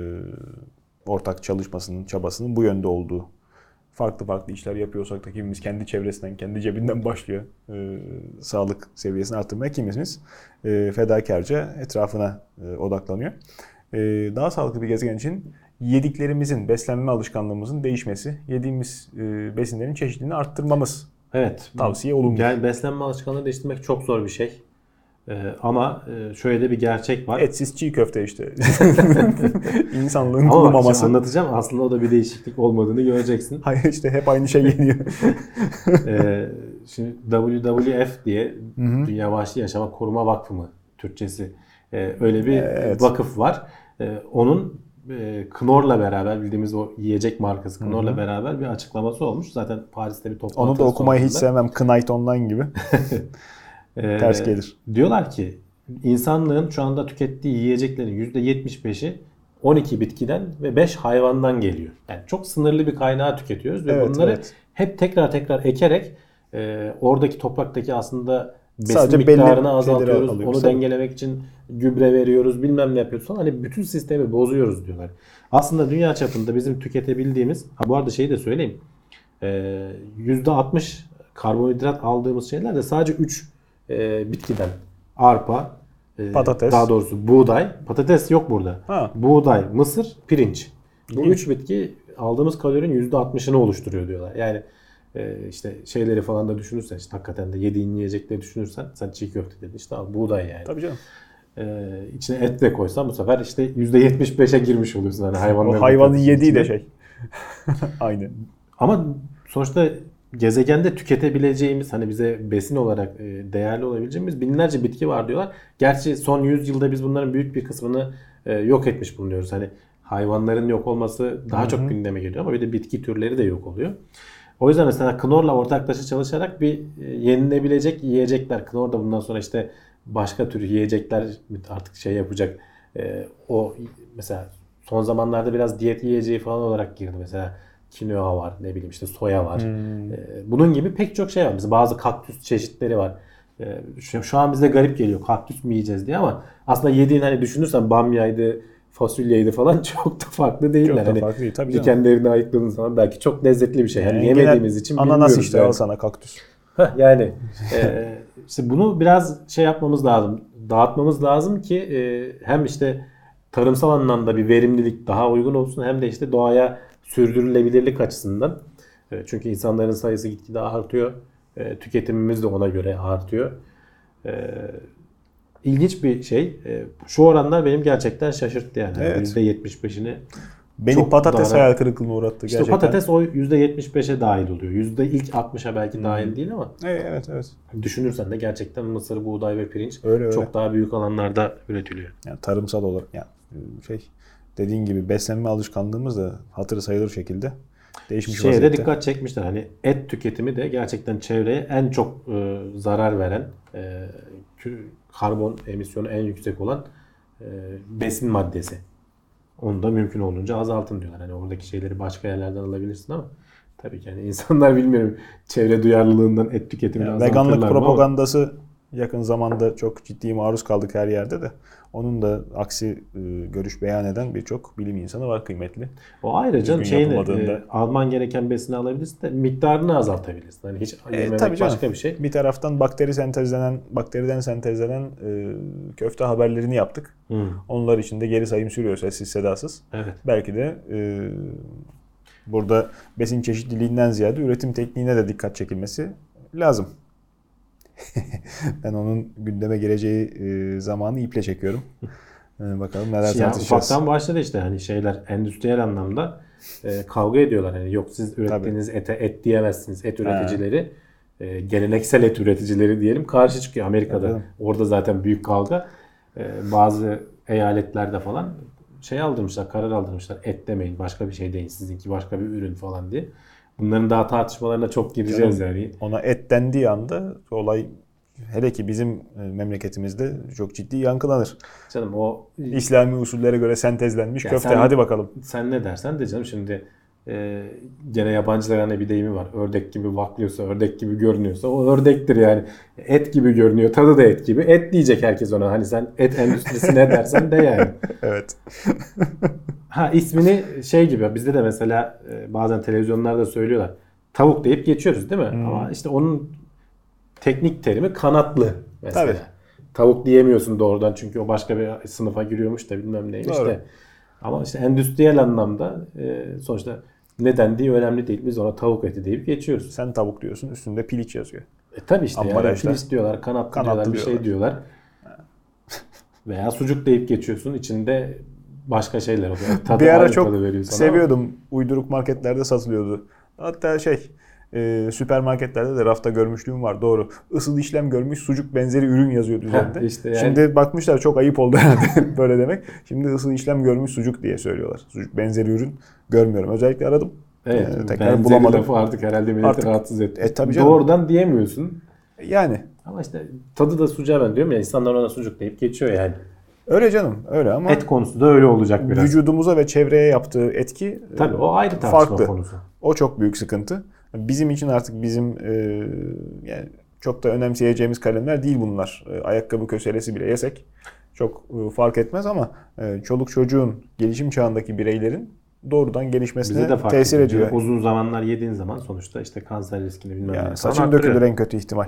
ortak çalışmasının, çabasının bu yönde olduğu. Farklı işler yapıyorsak da kimimiz kendi çevresinden, kendi cebinden başlıyor sağlık seviyesini arttırmaya. Kimimiz fedakarca etrafına odaklanıyor. Daha sağlıklı bir gezegen için yediklerimizin, beslenme alışkanlığımızın değişmesi, yediğimiz besinlerin çeşitliliğini arttırmamız Evet. tavsiye olunur. Yani beslenme alışkanlığı değiştirmek çok zor bir şey. Ama şöyle de bir gerçek var. Etsiz çiğ köfte işte. İnsanlığın Ama bak, kurumaması. şimdi anlatacağım. Aslında o da bir değişiklik olmadığını göreceksin. Hayır işte hep aynı şey geliyor. Şimdi WWF diye Dünya Vahşi Yaşama Koruma Vakfı mı Türkçesi? Öyle bir vakıf var. Onun Knorr'la beraber bildiğimiz o yiyecek markası Knorr'la beraber bir açıklaması olmuş. Zaten Paris'te bir toplantı. Onu da okumayı hiç sevmem. Knight Online gibi. Ters gelir. Diyorlar ki insanlığın şu anda tükettiği yiyeceklerin %75'i 12 bitkiden ve 5 hayvandan geliyor. Yani çok sınırlı bir kaynağı tüketiyoruz ve bunları hep tekrar ekerek oradaki topraktaki aslında besin sadece miktarını belli azaltıyoruz. alıyoruz. Onu dengelemek için gübre veriyoruz, bilmem ne yapıyoruz falan. Hani bütün sistemi bozuyoruz diyorlar. Aslında dünya çapında bizim tüketebildiğimiz, bu arada şeyi de söyleyeyim. %60 karbonhidrat aldığımız şeyler de sadece 3 bitkiden. Arpa, patates. Daha doğrusu buğday. Patates yok burada. Buğday, mısır, pirinç. Bu 3 bitki aldığımız kalorinin %60'ını oluşturuyor diyorlar. Yani işte şeyleri falan da düşünürsen, işte hakikaten de yediğin yiyecekleri düşünürsen, sen çiğ köfte dedin, işte buğday yani. Tabii canım. İçine et de koysan bu sefer işte %75'e girmiş oluyorsun. Hani hayvanların o hayvanın yediği de şey. Aynı. Ama sonuçta gezegende tüketebileceğimiz, hani bize besin olarak değerli olabileceğimiz binlerce bitki var diyorlar. Gerçi son 100 yılda biz bunların büyük bir kısmını yok etmiş bulunuyoruz. Hani hayvanların yok olması daha çok gündeme geliyor ama bir de bitki türleri de yok oluyor. O yüzden mesela Knorr'la ortaklaşa çalışarak bir yenilebilecek yiyecekler. Knorr da bundan sonra işte başka tür yiyecekler artık şey yapacak. O mesela son zamanlarda biraz diyet yiyeceği falan olarak girdi. Mesela kinoa var, ne bileyim işte soya var. Bunun gibi pek çok şey var. Mesela bazı kaktüs çeşitleri var. Şu an bize garip geliyor. Kaktüs mü yiyeceğiz diye ama aslında yediğin hani düşünürsen bamyaydı, fasulyeydi falan çok da farklı değiller. Çok da hani farklı değil tabii canım. dikenlerini ayıkladığın zaman belki çok lezzetli bir şey. Yani yemediğimiz için bilmiyoruz. Ananas işte yani. al sana kaktüs. Yani işte bunu biraz şey yapmamız lazım. Dağıtmamız lazım ki hem işte tarımsal anlamda bir verimlilik daha uygun olsun hem de işte doğaya sürdürülebilirlik açısından. Çünkü insanların sayısı gitgide artıyor. Tüketimimiz de ona göre artıyor. İlginç bir şey. Şu oranlar benim gerçekten şaşırttı yani. Evet. %75'ini Beni çok patates daha- hayal kırıklığına uğrattı İşte gerçekten. patates o %75'e dahil oluyor. İlk 60'a belki dahil değil ama Evet. düşünürsen de gerçekten mısır, buğday ve pirinç Öyle. çok daha büyük alanlarda üretiliyor. Yani tarımsal olarak yani dediğin gibi beslenme alışkanlığımız da hatırı sayılır şekilde değişmiş Şeye de vaziyette. dikkat çekmişler. Hani et tüketimi de gerçekten çevreye en çok zarar veren, karbon emisyonu en yüksek olan besin maddesi. Onu da mümkün olduğunca azaltın diyorlar. Hani oradaki şeyleri başka yerlerden alabilirsin ama tabii ki hani insanlar bilmiyorum çevre duyarlılığından et tüketimini azaltırlar Veganlık mı ama- propagandası yakın zamanda çok ciddi maruz kaldık her yerde de. Onun da aksi görüş beyan eden birçok bilim insanı var kıymetli. O ayrı canım Düzgün yapılmadığında. alman gereken besini alabilirsin de miktarını azaltabilirsin. Hani hiç yememek Tabii canım. başka bir şey. Bir taraftan bakteriden sentezlenen köfte haberlerini yaptık. Onlar için de geri sayım sürüyor sessiz sedasız. Evet. Belki de burada besin çeşitliliğinden ziyade üretim tekniğine de dikkat çekilmesi lazım. Ben onun gündeme geleceği zamanı iple çekiyorum. Bakalım neler tartışacağız. Ufaktan başladı işte hani şeyler endüstriyel anlamda kavga ediyorlar. Hani yok siz ürettiğiniz ete et diyemezsiniz. Et üreticileri geleneksel et üreticileri diyelim karşı çıkıyor Amerika'da. Evet. Orada zaten büyük kavga. Bazı eyaletlerde falan karar aldırmışlar. Et demeyin, başka bir şey deyin. Sizinki başka bir ürün falan diye. Bunların daha tartışmalarına çok gireceğiz yani. Ona et dendiği anda olay hele ki bizim memleketimizde çok ciddi yankılanır. Canım o İslami usullere göre sentezlenmiş Ya köfte. sen- Hadi bakalım. sen ne dersen de canım şimdi gene yabancılar hani bir deyimi var. Ördek gibi vaklıyorsa, ördek gibi görünüyorsa o ördektir yani. Et gibi görünüyor, tadı da et gibi. Et diyecek herkes ona. Hani sen et endüstrisi ne dersen de yani. Evet. İsmini şey gibi bizde de mesela bazen televizyonlarda söylüyorlar. Tavuk deyip geçiyoruz değil mi? Ama işte onun teknik terimi kanatlı mesela. Tabii. Tavuk diyemiyorsun doğrudan çünkü o başka bir sınıfa giriyormuş da bilmem neymiş Doğru. de. Ama işte endüstriyel anlamda sonuçta ne dendiği önemli değil. Biz ona tavuk eti deyip geçiyoruz. Sen tavuk diyorsun, üstünde piliç yazıyor. Tabii işte yani Ambalajda. filiz diyorlar, kanatlı Kanatlı diyorlar, bir şey diyorlar. Veya sucuk deyip geçiyorsun. İçinde başka şeyler oluyor. Tadı Bir ara aynı çok tadı veriyor sana seviyordum. Uyduruk marketlerde satılıyordu. Hatta süpermarketlerde de rafta görmüşlüğüm var. Doğru. Isıl işlem görmüş sucuk benzeri ürün yazıyordu üzerinde. işte yani- Şimdi bakmışlar çok ayıp oldu herhalde böyle demek. Şimdi ısıl işlem görmüş sucuk diye söylüyorlar. Sucuk benzeri ürün görmüyorum. Özellikle aradım. Evet, Tekrar benzeri bulamadım. lafı artık herhalde milleti Artık- rahatsız etti. tabii canım. Doğrudan diyemiyorsun. Yani Ama işte tadı da sucuğa ben diyorum ya insanlar ona sucuk deyip geçiyor yani. öyle canım öyle ama Et konusu da öyle olacak biraz. vücudumuza ve çevreye yaptığı etki Tabii o ayrı tartışma farklı. konusu. O çok büyük sıkıntı. Bizim için artık yani çok da önemseyeceğimiz kalemler değil bunlar. Ayakkabı köselesi bile yesek çok fark etmez ama çoluk çocuğun gelişim çağındaki bireylerin doğrudan gelişmesine Bize de fark tesir ediyor. Uzun zamanlar yediğin zaman sonuçta işte kanser riskini bilmem ne Yani falan saçın arttırıyor. dökülür en kötü ihtimal.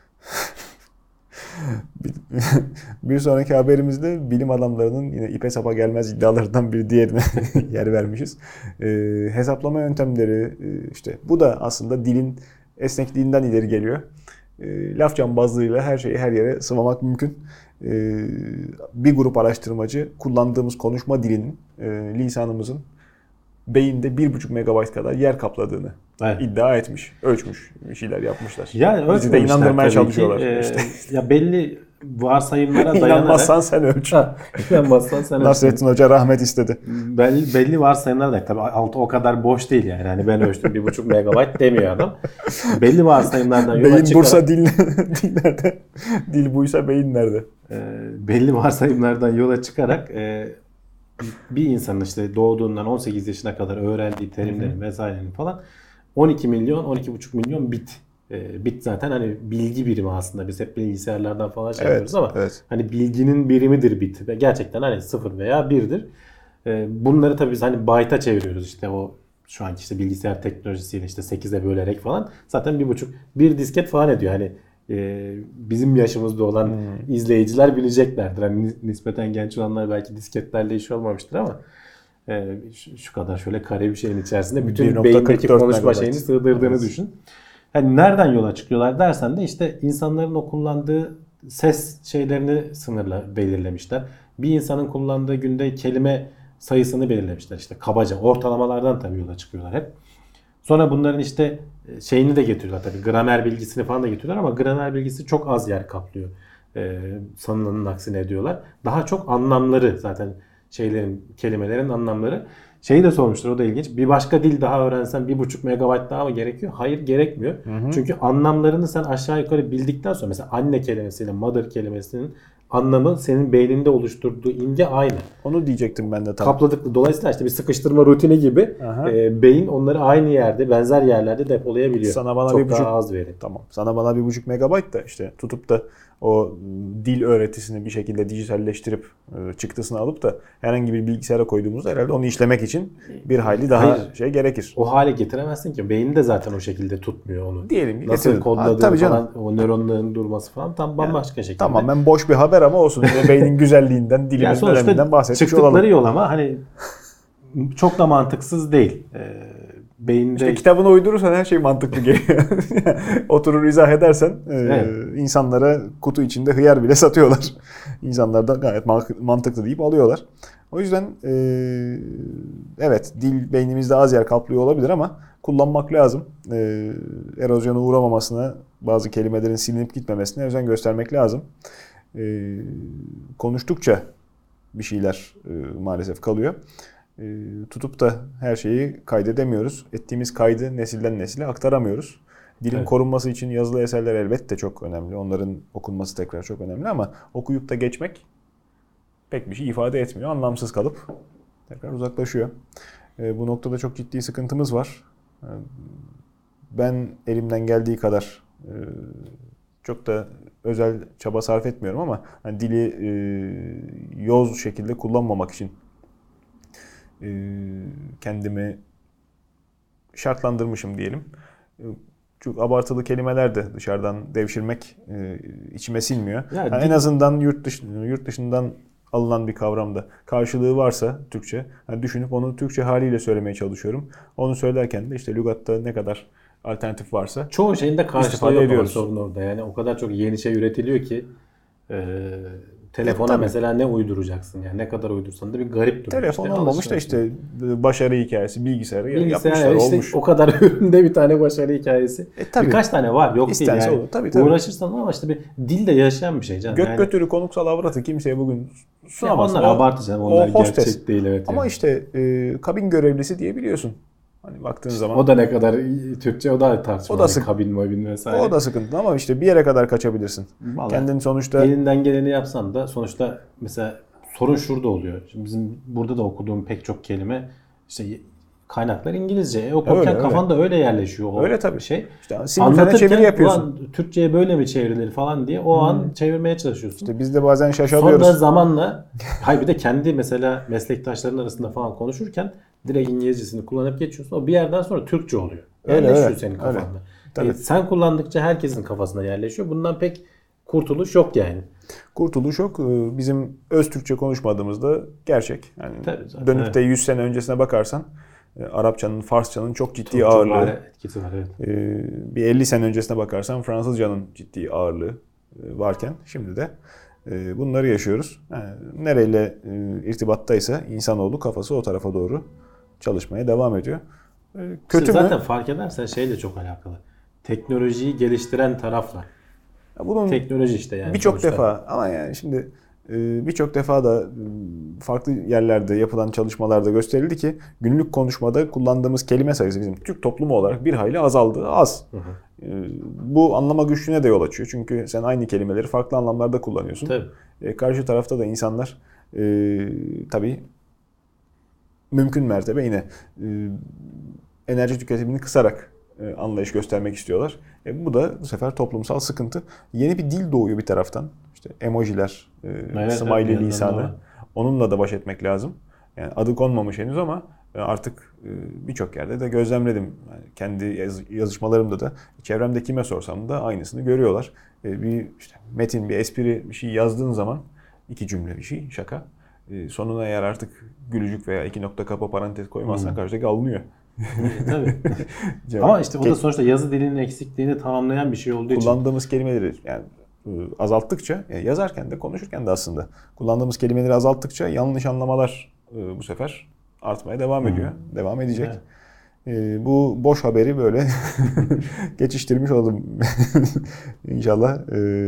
Bir sonraki haberimizde bilim adamlarının yine ipe sapa gelmez iddialarından bir diğerine yer vermişiz. Hesaplama yöntemleri işte bu da aslında dilin esnekliğinden ileri geliyor. Laf cambazlığıyla her şeyi her yere sıvamak mümkün. Bir grup araştırmacı kullandığımız konuşma dilinin lisanımızın beyinde 1,5 megabayt kadar yer kapladığını iddia etmiş, ölçmüş, bir şeyler yapmışlar. Yani Bizi de ölçmemişler inandırmaya tabii çalışıyorlar. ki. İşte. Ya belli varsayımlara dayanarak. İnanmazsan sen ölç. İnanmazsan sen Nasrettin Hoca rahmet istedi. belli varsayımlara da tabii altı o kadar boş değil yani. Hani ben ölçtüm 1,5 megabayt demiyor adam. Belli varsayımlardan yola Beyin çıkarak. Bursa dil nerede? Dil buysa beyin nerede? Belli varsayımlardan yola çıkarak bir insanın işte doğduğundan 18 yaşına kadar öğrendiği terimlerin vesairenin falan 12 milyon 12,5 milyon bit. Bit zaten hani bilgi birimi aslında. Biz hep bilgisayarlardan falan yapıyoruz ama hani bilginin birimidir bit. Ve gerçekten hani 0 veya 1'dir. Bunları tabii biz hani byte'a çeviriyoruz işte o şu anki işte bilgisayar teknolojisiyle işte 8'e bölerek falan. Zaten 1,5 bir disket falan ediyor. Hani bizim yaşımızda olan izleyiciler bileceklerdir. Hani nispeten genç olanlar belki disketlerle iş olmamıştır ama şu kadar şöyle kare bir şeyin içerisinde bütün beyindeki konuşma şeyini sığdırdığını düşün. Yani nereden yola çıkıyorlar dersen de işte insanların o kullandığı ses şeylerini belirlemişler. Bir insanın kullandığı günde kelime sayısını belirlemişler. İşte kabaca ortalamalardan tabii yola çıkıyorlar hep. Sonra bunların işte şeyini de getiriyorlar tabii. Gramer bilgisini falan da getiriyorlar ama gramer bilgisi çok az yer kaplıyor. Sanılanın aksine diyorlar. Daha çok anlamları zaten kelimelerin anlamları. Şeyi de sormuşlar, o da ilginç. Bir başka dil daha öğrensen 1,5 megabayt daha mı gerekiyor? Hayır, gerekmiyor. Çünkü anlamlarını sen aşağı yukarı bildikten sonra mesela anne kelimesiyle mother kelimesinin anlamı senin beyninde oluşturduğu imge aynı. Onu diyecektim ben de tam. Kapladık. Dolayısıyla işte bir sıkıştırma rutini gibi beyin onları aynı yerde, benzer yerlerde depolayabiliyor. Sana bana çok 1,5 daha az veri. Tamam. Sana bana 1,5 megabayt da işte tutup da o dil öğretisini bir şekilde dijitalleştirip çıktısını alıp da herhangi bir bilgisayara koyduğumuzda herhalde onu işlemek için bir hayli daha şey gerekir. O hale getiremezsin ki. Beyni de zaten o şekilde tutmuyor onu. Diyelim ki nasıl getirin. kodladığı Tabii falan, o nöronların durması falan tam bambaşka şekilde. Tamamen boş bir haber ama olsun. Beynin güzelliğinden, dilimizin öneminden bahsetmiş olalım. Çıktıkları yol ama hani çok da mantıksız değil. Beyinde İşte kitabını uydurursan her şey mantıklı geliyor. Oturur izah edersen insanlara kutu içinde hıyar bile satıyorlar. İnsanlar da gayet mantıklı deyip alıyorlar. O yüzden evet, dil beynimizde az yer kaplıyor olabilir ama kullanmak lazım. Erozyona uğramamasına, bazı kelimelerin silinip gitmemesine özen göstermek lazım. Konuştukça bir şeyler maalesef kalıyor. Tutup da her şeyi kaydedemiyoruz. Ettiğimiz kaydı nesilden nesile aktaramıyoruz. Dilin korunması için yazılı eserler elbette çok önemli. Onların okunması tekrar çok önemli ama okuyup da geçmek pek bir şey ifade etmiyor. Anlamsız kalıp tekrar uzaklaşıyor. Bu noktada çok ciddi sıkıntımız var. Ben elimden geldiği kadar çok da özel çaba sarf etmiyorum ama hani dili yoz şekilde kullanmamak için kendimi şartlandırmışım diyelim. Çok abartılı kelimeler de dışarıdan devşirmek içime sinmiyor. Yani en azından yurt dışından alınan bir kavramda karşılığı varsa Türkçe, yani düşünüp onu Türkçe haliyle söylemeye çalışıyorum. Onu söylerken de işte lügatta ne kadar alternatif varsa çoğu şeyin de karşılığı yok ediyoruz. Sorun orada. Yani o kadar çok yeni şey üretiliyor ki telefona mesela ne uyduracaksın? Yani ne kadar uydursan da bir garip duruyor. Telefon işte, olmamış da işte başarı hikayesi bilgisayarı yapmışlar, işte olmuş. O kadar üründe bir tane başarı hikayesi. Birkaç tane var, yok İstense değil yani. olur. Tabii. Uğraşırsan ama işte bir dilde yaşayan bir şey canım. Gök götürü konuksal avratı kimseye bugün sunamaz. Onlar abartacağım. Onlar gerçek değil, evet. Ama işte kabin görevlisi diyebiliyorsun. Hani baktığın zaman. O da ne kadar Türkçe, o da tartışmalı. O da kabin vesaire. O da sıkıntı ama işte bir yere kadar kaçabilirsin. Vallahi kendin sonuçta elinden geleni yapsan da sonuçta mesela sorun şurada oluyor. Şimdi bizim burada da okuduğum pek çok kelime işte kaynaklar İngilizce. Okurken öyle. Kafanda öyle yerleşiyor o öyle tabii. şey. İşte simultane çeviri yapıyorsun. Türkçe'ye böyle mi çevrilir falan diye o an çevirmeye çalışıyorsun. İşte biz de bazen şaşalıyoruz. Sonra zamanla hayır bir de kendi mesela meslektaşların arasında falan konuşurken direkt İngilizcesini kullanıp geçiyorsun. O bir yerden sonra Türkçe oluyor. Yerleşiyor senin kafanda. Sen kullandıkça herkesin kafasına yerleşiyor. Bundan pek kurtuluş yok yani. Kurtuluş yok. Bizim öz Türkçe konuşmadığımızda gerçek. Yani tabii, dönüp de 100 sene öncesine bakarsan Arapçanın, Farsçanın çok ciddi ağırlığı. Etkisi var, evet. Bir 50 sene öncesine bakarsan Fransızcanın ciddi ağırlığı varken şimdi de bunları yaşıyoruz. Yani nereyle irtibattaysa insanoğlu kafası o tarafa doğru çalışmaya devam ediyor. Kötü işte mü? zaten fark edersen şeyle çok alakalı. Teknolojiyi geliştiren tarafla. Bunun teknoloji işte yani. Birçok defa ama yani şimdi birçok defa da farklı yerlerde yapılan çalışmalarda gösterildi ki günlük konuşmada kullandığımız kelime sayısı bizim Türk toplumu olarak bir hayli azaldı. Az. Bu anlama güçlüğüne de yol açıyor. Çünkü sen aynı kelimeleri farklı anlamlarda kullanıyorsun. Tabii. Karşı tarafta da insanlar tabii mümkün mertebe yine enerji tüketimini kısarak anlayış göstermek istiyorlar. Bu da bu sefer toplumsal sıkıntı. Yeni bir dil doğuyor bir taraftan. İşte emojiler, smiley lisanı. Onunla da baş etmek lazım. Yani adı konmamış henüz ama artık birçok yerde de gözlemledim. Yani kendi yazışmalarımda da çevremde kime sorsam da aynısını görüyorlar. Bir işte metin, bir espri, bir şey yazdığın zaman 2 cümle bir şey, şaka. Sonuna eğer artık gülücük veya 2 nokta kapa parantez koymazsan karşıdaki alınıyor. Tabii. Ama işte o da sonuçta yazı dilinin eksikliğini tamamlayan bir şey olduğu için. Kullandığımız kelimeleri yani azalttıkça yazarken de konuşurken de aslında kullandığımız kelimeleri azalttıkça yanlış anlamalar bu sefer artmaya devam ediyor. Devam edecek. Evet. Bu boş haberi böyle geçiştirmiş oldum. İnşallah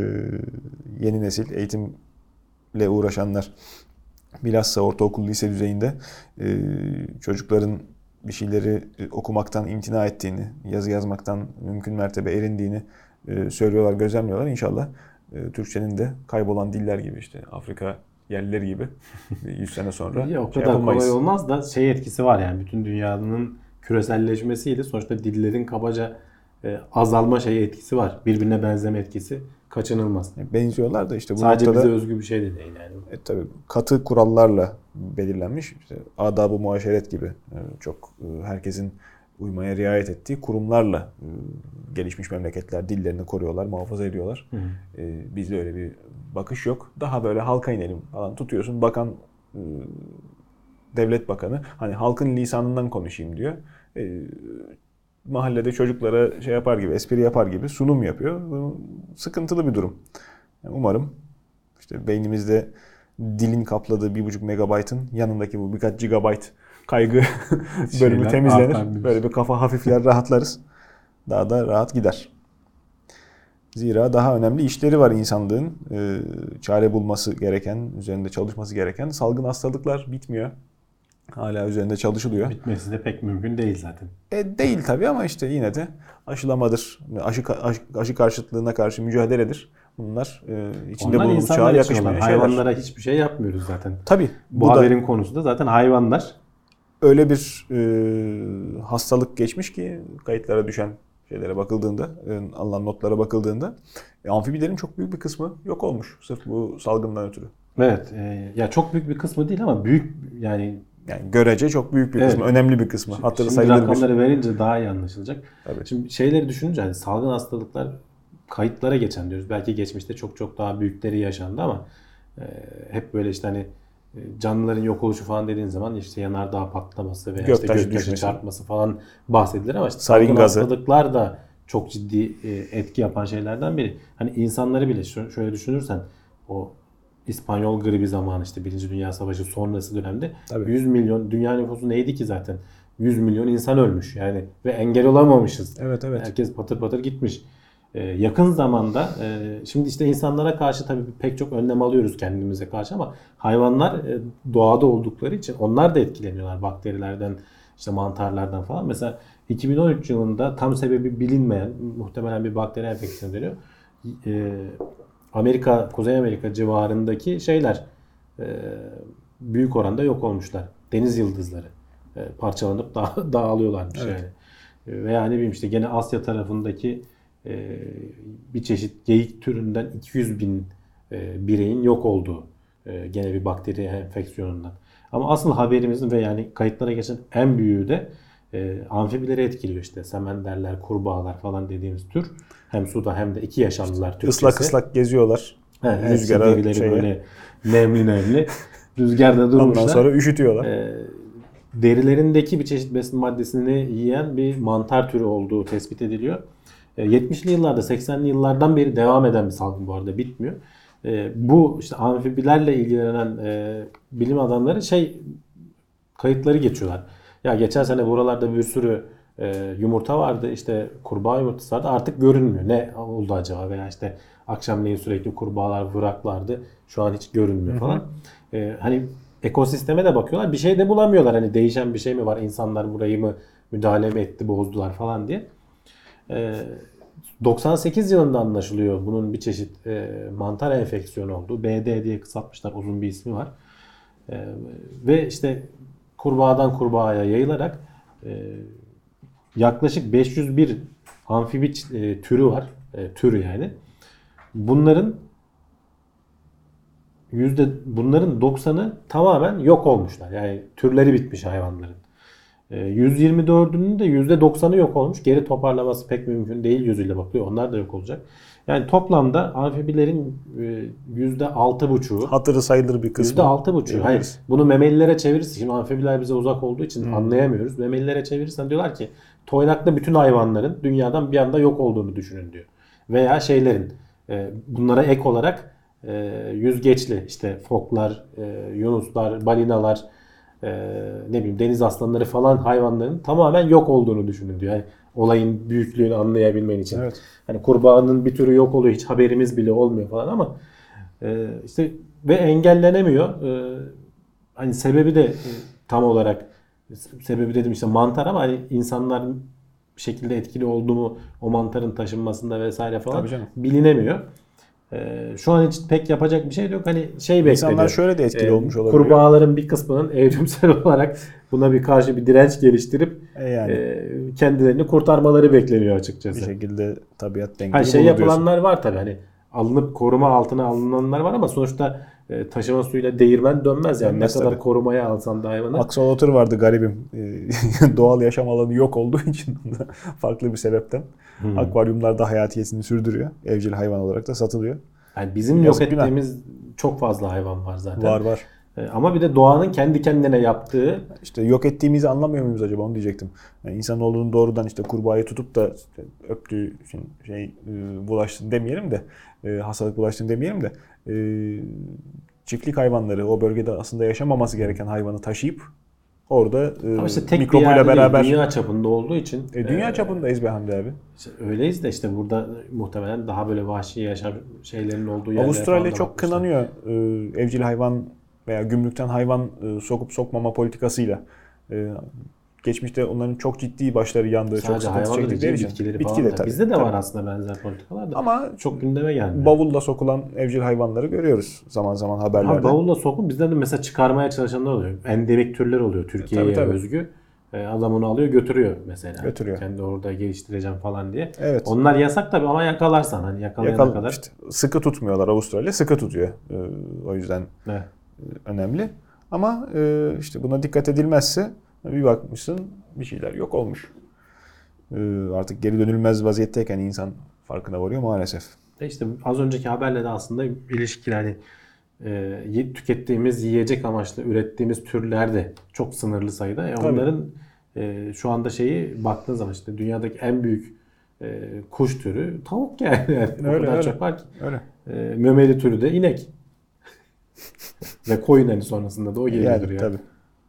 yeni nesil eğitimle uğraşanlar, bilhassa ortaokul, lise düzeyinde çocukların bir şeyleri okumaktan imtina ettiğini, yazı yazmaktan mümkün mertebe erindiğini söylüyorlar, gözlemliyorlar. İnşallah Türkçenin de kaybolan diller gibi, işte Afrika yerlileri gibi 100 sene sonra Ya, o kadar kolay olmaz da etkisi var yani, bütün dünyanın küreselleşmesiyle sonuçta dillerin kabaca azalma etkisi var. Birbirine benzeme etkisi kaçınılmaz. Benziyorlar da işte bu sadece noktada, bize özgü bir şey de değil yani. tabii katı kurallarla belirlenmiş. İşte adab-ı muaşeret gibi çok herkesin uymaya riayet ettiği kurumlarla gelişmiş memleketler dillerini koruyorlar, muhafaza ediyorlar. Bizde öyle bir bakış yok. Daha böyle halka inelim falan tutuyorsun. Bakan, devlet bakanı hani halkın lisanından konuşayım diyor. Mahallede çocuklara şey yapar gibi, espri yapar gibi sunum yapıyor. Bu sıkıntılı bir durum. Yani umarım işte beynimizde dilin kapladığı 1,5 megabaytın yanındaki bu birkaç gigabayt kaygı bölümü temizlenir. Böyle bir kafa hafifler, rahatlarız. Daha da rahat gider. Zira daha önemli işleri var insanlığın. Çare bulması gereken, üzerinde çalışması gereken salgın hastalıklar bitmiyor. Hala üzerinde çalışılıyor. Bitmesi de pek mümkün değil zaten. Değil tabii ama işte yine de aşılamadır, aşı karşıtlığına karşı mücadeledir. Bunlar içinde Onlar bulunduğumuz çağa insanlar için yakışmayan olan. şeyler. Hayvanlara hiçbir şey yapmıyoruz zaten. Tabii. Bu haberin konusu da zaten hayvanlar. Öyle bir hastalık geçmiş ki kayıtlara düşen şeylere bakıldığında, alınan notlara bakıldığında amfibilerin çok büyük bir kısmı yok olmuş sırf bu salgından ötürü. Evet. Ya çok büyük bir kısmı değil ama büyük yani görece çok büyük bir kısmı, önemli bir kısmı. Hatırı şimdi sayılır rakamları verince daha iyi anlaşılacak. Tabii. Şimdi şeyleri düşününce hani salgın hastalıklar kayıtlara geçen diyoruz. Belki geçmişte çok çok daha büyükleri yaşandı ama hep böyle işte hani canlıların yok oluşu falan dediğin zaman işte yanardağ patlaması veya göktaşı çarpması falan bahsedilir ama işte salgın hastalıklar da çok ciddi etki yapan şeylerden biri. Hani insanları bile şöyle düşünürsen, o İspanyol gribi zamanı, işte 1. Dünya Savaşı sonrası dönemde 100 milyon, dünya nüfusu neydi ki zaten? 100 milyon insan ölmüş yani ve engel olamamışız. Evet. Herkes patır patır gitmiş. Yakın zamanda şimdi işte insanlara karşı tabii pek çok önlem alıyoruz kendimize karşı ama hayvanlar doğada oldukları için onlar da etkileniyorlar bakterilerden, işte mantarlardan falan. Mesela 2013 yılında tam sebebi bilinmeyen muhtemelen bir bakteri enfeksiyonu deniyor. Kuzey Amerika civarındaki şeyler büyük oranda yok olmuşlar. Deniz yıldızları parçalanıp dağılıyorlarmış yani. Veya ne bileyim işte gene Asya tarafındaki bir çeşit geyik türünden 200 bin bireyin yok olduğu gene bir bakteri enfeksiyonundan. Ama asıl haberimizin ve yani kayıtlara geçen en büyüğü de amfibileri etkiliyor işte. Semenderler, kurbağalar falan dediğimiz tür. Hem suda hem de iki yaşamlılar Türkçesi. Islak geziyorlar. Rüzgara derileri böyle nemli. Rüzgarda durmuşlar. Ondan sonra üşütüyorlar. Derilerindeki bir çeşit besin maddesini yiyen bir mantar türü olduğu tespit ediliyor. 70'li yıllarda, 80'li yıllardan beri devam eden bir salgın, bu arada bitmiyor. Bu işte amfibilerle ilgilenen bilim adamları kayıtları geçiyorlar. Ya geçen sene buralarda bir sürü yumurta vardı, işte kurbağa yumurtası vardı, artık görünmüyor. Ne oldu acaba? Veya işte akşamleyin sürekli kurbağalar vıraklardı, şu an hiç görünmüyor falan. Hani ekosisteme de bakıyorlar, bir şey de bulamıyorlar. Hani değişen bir şey mi var, insanlar burayı mı müdahale mi etti, bozdular falan diye. 98 yılında anlaşılıyor bunun bir çeşit mantar enfeksiyonu olduğu. BD diye kısaltmışlar, uzun bir ismi var. Ve işte kurbağadan kurbağaya yayılarak yaklaşık 501 amfibi türü var. Türü yani. Bunların 90'ı tamamen yok olmuşlar. Yani türleri bitmiş hayvanların. 124'ünün de %90'ı yok olmuş. Geri toparlaması pek mümkün değil, gözüyle bakılıyor. Onlar da yok olacak. Yani toplamda amfibilerin %6,5'u, hatırı sayılır bir kısmı. %6,5'u. Hayır, bunu memelilere çevirirsen, şimdi amfibiler bize uzak olduğu için anlayamıyoruz. Memelilere çevirirsen diyorlar ki toynaklı bütün hayvanların dünyadan bir anda yok olduğunu düşünün diyor. Veya bunlara ek olarak yüzgeçli işte foklar, yunuslar, balinalar, ne bileyim deniz aslanları falan hayvanların tamamen yok olduğunu düşünün diyor. Yani olayın büyüklüğünü anlayabilmen için. Evet. Hani kurbağanın bir türü yok oluyor, hiç haberimiz bile olmuyor falan ama işte ve engellenemiyor. Hani sebebi de tam olarak sebebi dedim işte mantar ama hani insanlar bir şekilde etkili oldu mu o mantarın taşınmasında vesaire falan Tabii canım. bilinemiyor. Şu an için pek yapacak bir şey yok. Hani şey bekleniyor. İnsanlar şöyle de etkili olmuş olabilir. Kurbağaların bir kısmının evrimsel olarak buna bir karşı bir direnç geliştirip Yani kendilerini kurtarmaları bekleniyor açıkçası. bir şekilde tabiat dengeli Hani şey bulur diyorsun. yapılanlar var tabii. Hani alınıp koruma altına alınanlar var ama sonuçta taşıma suyla değirmen dönmez yani. Dönmez ne kadar tabii. korumaya alsan da hayvanı. Axolotl vardı garibim. Doğal yaşam alanı yok olduğu için farklı bir sebepten. Akvaryumlarda hayatiyetini sürdürüyor. Evcil hayvan olarak da satılıyor. Yani bizim Yazık, yok günah. ettiğimiz çok fazla hayvan var zaten. Var. Ama bir de doğanın kendi kendine yaptığı İşte yok ettiğimizi anlamıyor muyuz acaba, onu diyecektim. Yani insanoğlunun doğrudan işte kurbağayı tutup da işte öptüğü bulaştın demeyelim de hastalık bulaştın demeyelim de çiftlik hayvanları, o bölgede aslında yaşamaması gereken hayvanı taşıyıp orada ama işte tek bir mikrobuyla yerde beraber değil, dünya çapında olduğu için dünya çapındayız be Hamdi abi. işte öyleyiz de işte burada muhtemelen daha böyle vahşi yaşam şeylerin olduğu yerlere Avustralya falan da çok bakmışlar. kınanıyor evcil hayvan veya gümrükten hayvan sokup sokmama politikasıyla. Geçmişte onların çok ciddi başları yandığı, çok Sadece sıkıntı hayvanları çektikleri değil, için. bitkileri falan da. tabii. Bizde de Tabii. var aslında benzer politikalar da. Ama Çok gündeme gelmiyor. bavulla sokulan evcil hayvanları görüyoruz zaman zaman haberlerde. Ha, bavulla sokun bizden de mesela çıkarmaya çalışanlar oluyor. Endemik türler oluyor Türkiye'ye Tabii. özgü. Adam onu alıyor götürüyor mesela. Götürüyor. Kendi orada geliştireceğim falan diye. Evet. Onlar yasak tabii ama yakalarsan hani yakalayana kadar. İşte sıkı tutmuyorlar, Avustralya sıkı tutuyor. O yüzden Evet. önemli. Ama işte buna dikkat edilmezse bir bakmışsın bir şeyler yok olmuş. Artık geri dönülmez vaziyetteyken insan farkına varıyor maalesef. İşte az önceki haberle de aslında ilişkili hani tükettiğimiz yiyecek amaçlı ürettiğimiz türler de çok sınırlı sayıda. Onların şu anda şeyi baktığın zaman işte dünyadaki en büyük kuş türü tavuk yani. O kadar çok var ki. Öyle. Memeli türü de inek. Ve koyun hani sonrasında da o geliyordur yani. Tabii.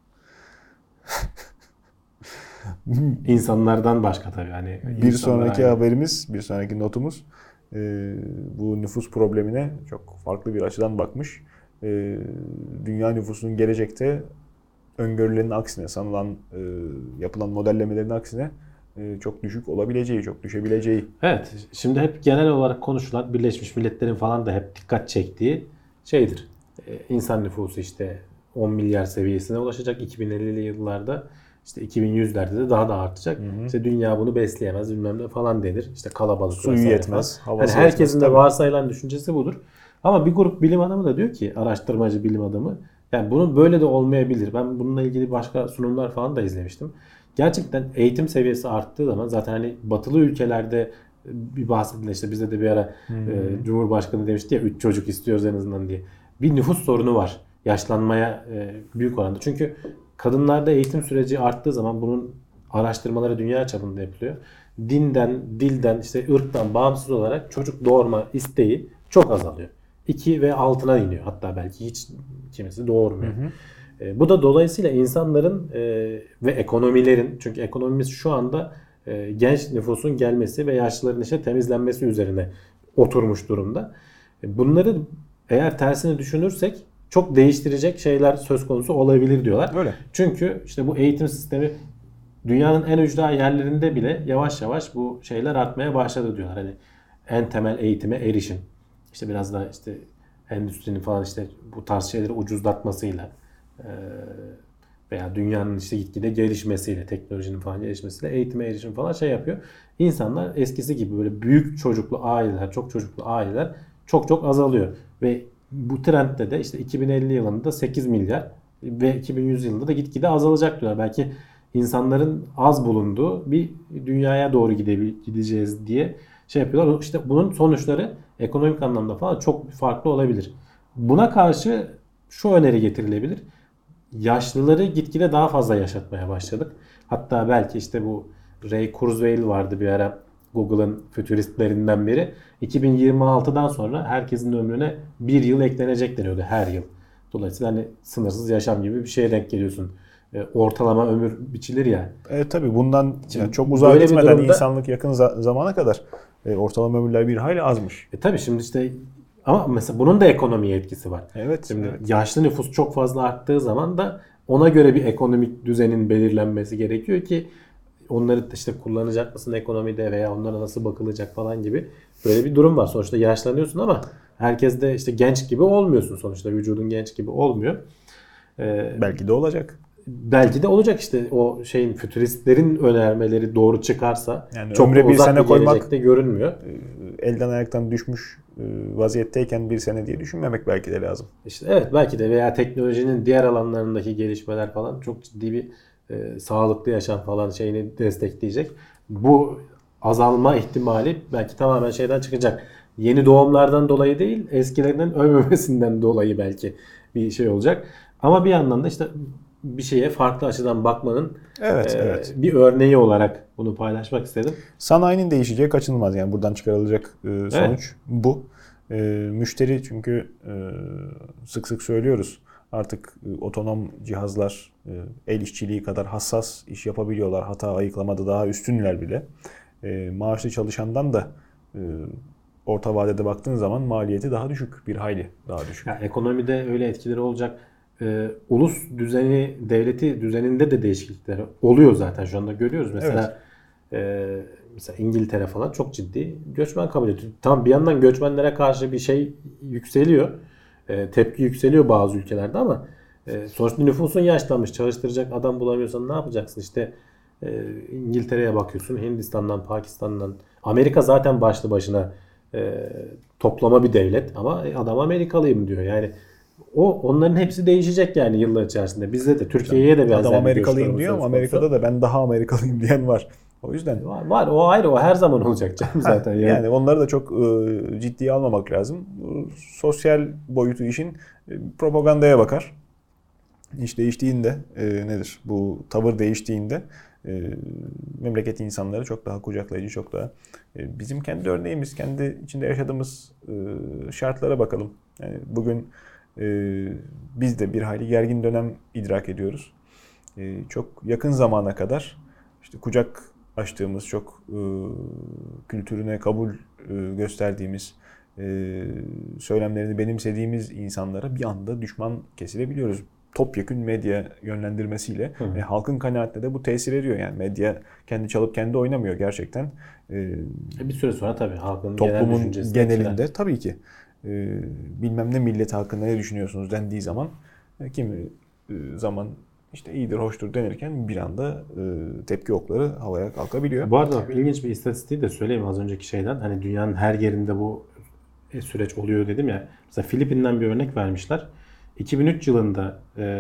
İnsanlardan başka tabii. Hani Bir sonraki haberimiz, bir sonraki notumuz bu nüfus problemine çok farklı bir açıdan bakmış. Dünya nüfusunun gelecekte öngörülerin aksine, sanılan yapılan modellemelerin aksine çok düşük olabileceği, çok düşebileceği. Evet. Şimdi hep genel olarak konuşulan Birleşmiş Milletler'in falan da hep dikkat çektiği şeydir. İnsan nüfusu işte 10 milyar seviyesine ulaşacak 2050'li yıllarda. İşte 2100'lerde de daha da artacak. İşte dünya bunu besleyemez bilmem ne falan denir. İşte kalabalık. Suyu yetmez, havası yani herkesin yetmez, de varsayılan düşüncesi budur. Ama bir grup bilim adamı da diyor ki, araştırmacı bilim adamı, yani bunun böyle de olmayabilir. Ben bununla ilgili başka sunumlar falan da izlemiştim. Gerçekten eğitim seviyesi arttığı zaman zaten hani batılı ülkelerde bir bahsedilen işte bizde de bir ara Cumhurbaşkanı demişti ya 3 çocuk istiyoruz en azından diye. Bir nüfus sorunu var. Yaşlanmaya büyük oranda. Çünkü kadınlarda eğitim süreci arttığı zaman bunun araştırmaları dünya çapında yapılıyor. Dinden, dilden, işte ırktan bağımsız olarak çocuk doğurma isteği çok azalıyor. 2 ve altına iniyor. Hatta belki hiç kimisi doğurmuyor. Bu da dolayısıyla insanların ve ekonomilerin, çünkü ekonomimiz şu anda genç nüfusun gelmesi ve yaşlıların işte temizlenmesi üzerine oturmuş durumda. Bunları eğer tersini düşünürsek çok değiştirecek şeyler söz konusu olabilir diyorlar. Öyle. Çünkü işte bu eğitim sistemi dünyanın en ücra yerlerinde bile yavaş yavaş bu şeyler artmaya başladı diyorlar. Hani en temel eğitime erişim. İşte biraz da işte endüstrinin falan işte bu tarz şeyleri ucuzlatmasıyla veya dünyanın işte gitgide gelişmesiyle, teknolojinin falan gelişmesiyle eğitime erişim falan şey yapıyor. İnsanlar eskisi gibi böyle büyük çocuklu aileler, çok çocuklu aileler çok azalıyor. Ve bu trendde de işte 2050 yılında 8 milyar ve 2100 yılında da gitgide azalacak diyorlar. Belki insanların az bulunduğu bir dünyaya doğru gideceğiz diye şey yapıyorlar. İşte bunun sonuçları ekonomik anlamda falan çok farklı olabilir. Buna karşı şu öneri getirilebilir. Yaşlıları gitgide daha fazla yaşatmaya başladık. Hatta belki işte bu Ray Kurzweil vardı bir ara, Google'ın fütüristlerinden biri. 2026'dan sonra herkesin ömrüne 1 yıl eklenecek deniyordu her yıl. Dolayısıyla hani sınırsız yaşam gibi bir şeye denk geliyorsun. Ortalama ömür biçilir ya. Tabii bundan Şimdi çok uzağa böyle bir gitmeden durumda- insanlık yakın zamana kadar ortalama ömürler bir hayli azmış. Tabii şimdi işte ama mesela bunun da ekonomiye etkisi var. Evet. Şimdi evet. yaşlı nüfus çok fazla arttığı zaman da ona göre bir ekonomik düzenin belirlenmesi gerekiyor ki onları işte kullanacak mısın ekonomide veya onlara nasıl bakılacak falan gibi böyle bir durum var. Sonuçta yaşlanıyorsun ama herkes de işte genç gibi olmuyorsun sonuçta. Vücudun genç gibi olmuyor. Belki de olacak. Belki de olacak işte o şeyin fütüristlerin önermeleri doğru çıkarsa Yani çok ömre da bir uzak sene bir koymak- gelecekte görünmüyor. Elden ayaktan düşmüş vaziyetteyken bir sene diye düşünmemek belki de lazım. İşte evet belki de veya teknolojinin diğer alanlarındaki gelişmeler falan çok ciddi bir sağlıklı yaşam falan şeyini destekleyecek. Bu azalma ihtimali belki tamamen şeyden çıkacak. Yeni doğumlardan dolayı değil, eskilerinin ölmemesinden dolayı belki bir şey olacak. Ama bir yandan da işte bir şeye farklı açıdan bakmanın Evet. bir örneği olarak bunu paylaşmak istedim. Sanayinin değişeceği kaçınılmaz. Yani buradan çıkarılacak sonuç bu. Müşteri çünkü sık sık söylüyoruz. Artık otonom cihazlar el işçiliği kadar hassas iş yapabiliyorlar. Hata ayıklamada daha üstünler bile. Maaşlı çalışandan da orta vadede baktığın zaman maliyeti daha düşük. Bir hayli daha düşük. Yani ekonomide öyle etkileri olacak. Ulus düzeni, devleti düzeninde de değişiklikler oluyor zaten şu anda görüyoruz. Mesela mesela İngiltere falan çok ciddi göçmen kabul ediyor. Tamam bir yandan göçmenlere karşı bir şey yükseliyor. Tepki yükseliyor bazı ülkelerde ama sonuçta nüfusun yaşlanmış. Çalıştıracak adam bulamıyorsan ne yapacaksın? İşte İngiltere'ye bakıyorsun. Hindistan'dan, Pakistan'dan. Amerika zaten başlı başına toplama bir devlet ama adam Amerikalıyım diyor. Yani onların hepsi değişecek yani yıllar içerisinde. Bizde de Türkiye'ye de benzer Adam bir Amerikalıyım göç diyor durumu ama söz konusu. Amerika'da da ben daha Amerikalıyım diyen var. O yüzden Var o ayrı o her zaman olacak canım zaten. yani onları da çok ciddiye almamak lazım. Sosyal boyutu işin propagandaya bakar. İş değiştiğinde nedir? Bu tavır değiştiğinde memleket insanları çok daha kucaklayıcı, çok daha bizim kendi örneğimiz, kendi içinde yaşadığımız şartlara bakalım. Yani bugün biz de bir hayli gergin dönem idrak ediyoruz. Çok yakın zamana kadar işte kucak açtığımız, çok kültürüne kabul gösterdiğimiz, söylemlerini benimsediğimiz insanlara bir anda düşman kesilebiliyoruz. Topyekün medya yönlendirmesiyle halkın kanaatine de bu tesir ediyor. Yani medya kendi çalıp kendi oynamıyor gerçekten. Bir süre sonra tabii halkın Toplumun genelinde etkiler. tabii ki bilmem ne millet hakkında ne düşünüyorsunuz dendiği zaman kimi zaman işte iyidir, hoştur denirken bir anda tepki okları havaya kalkabiliyor. Bu arada ilginç bir istatistiği de söyleyeyim az önceki şeyden. Hani dünyanın her yerinde bu süreç oluyor dedim ya. Mesela Filipin'den bir örnek vermişler. 2003 yılında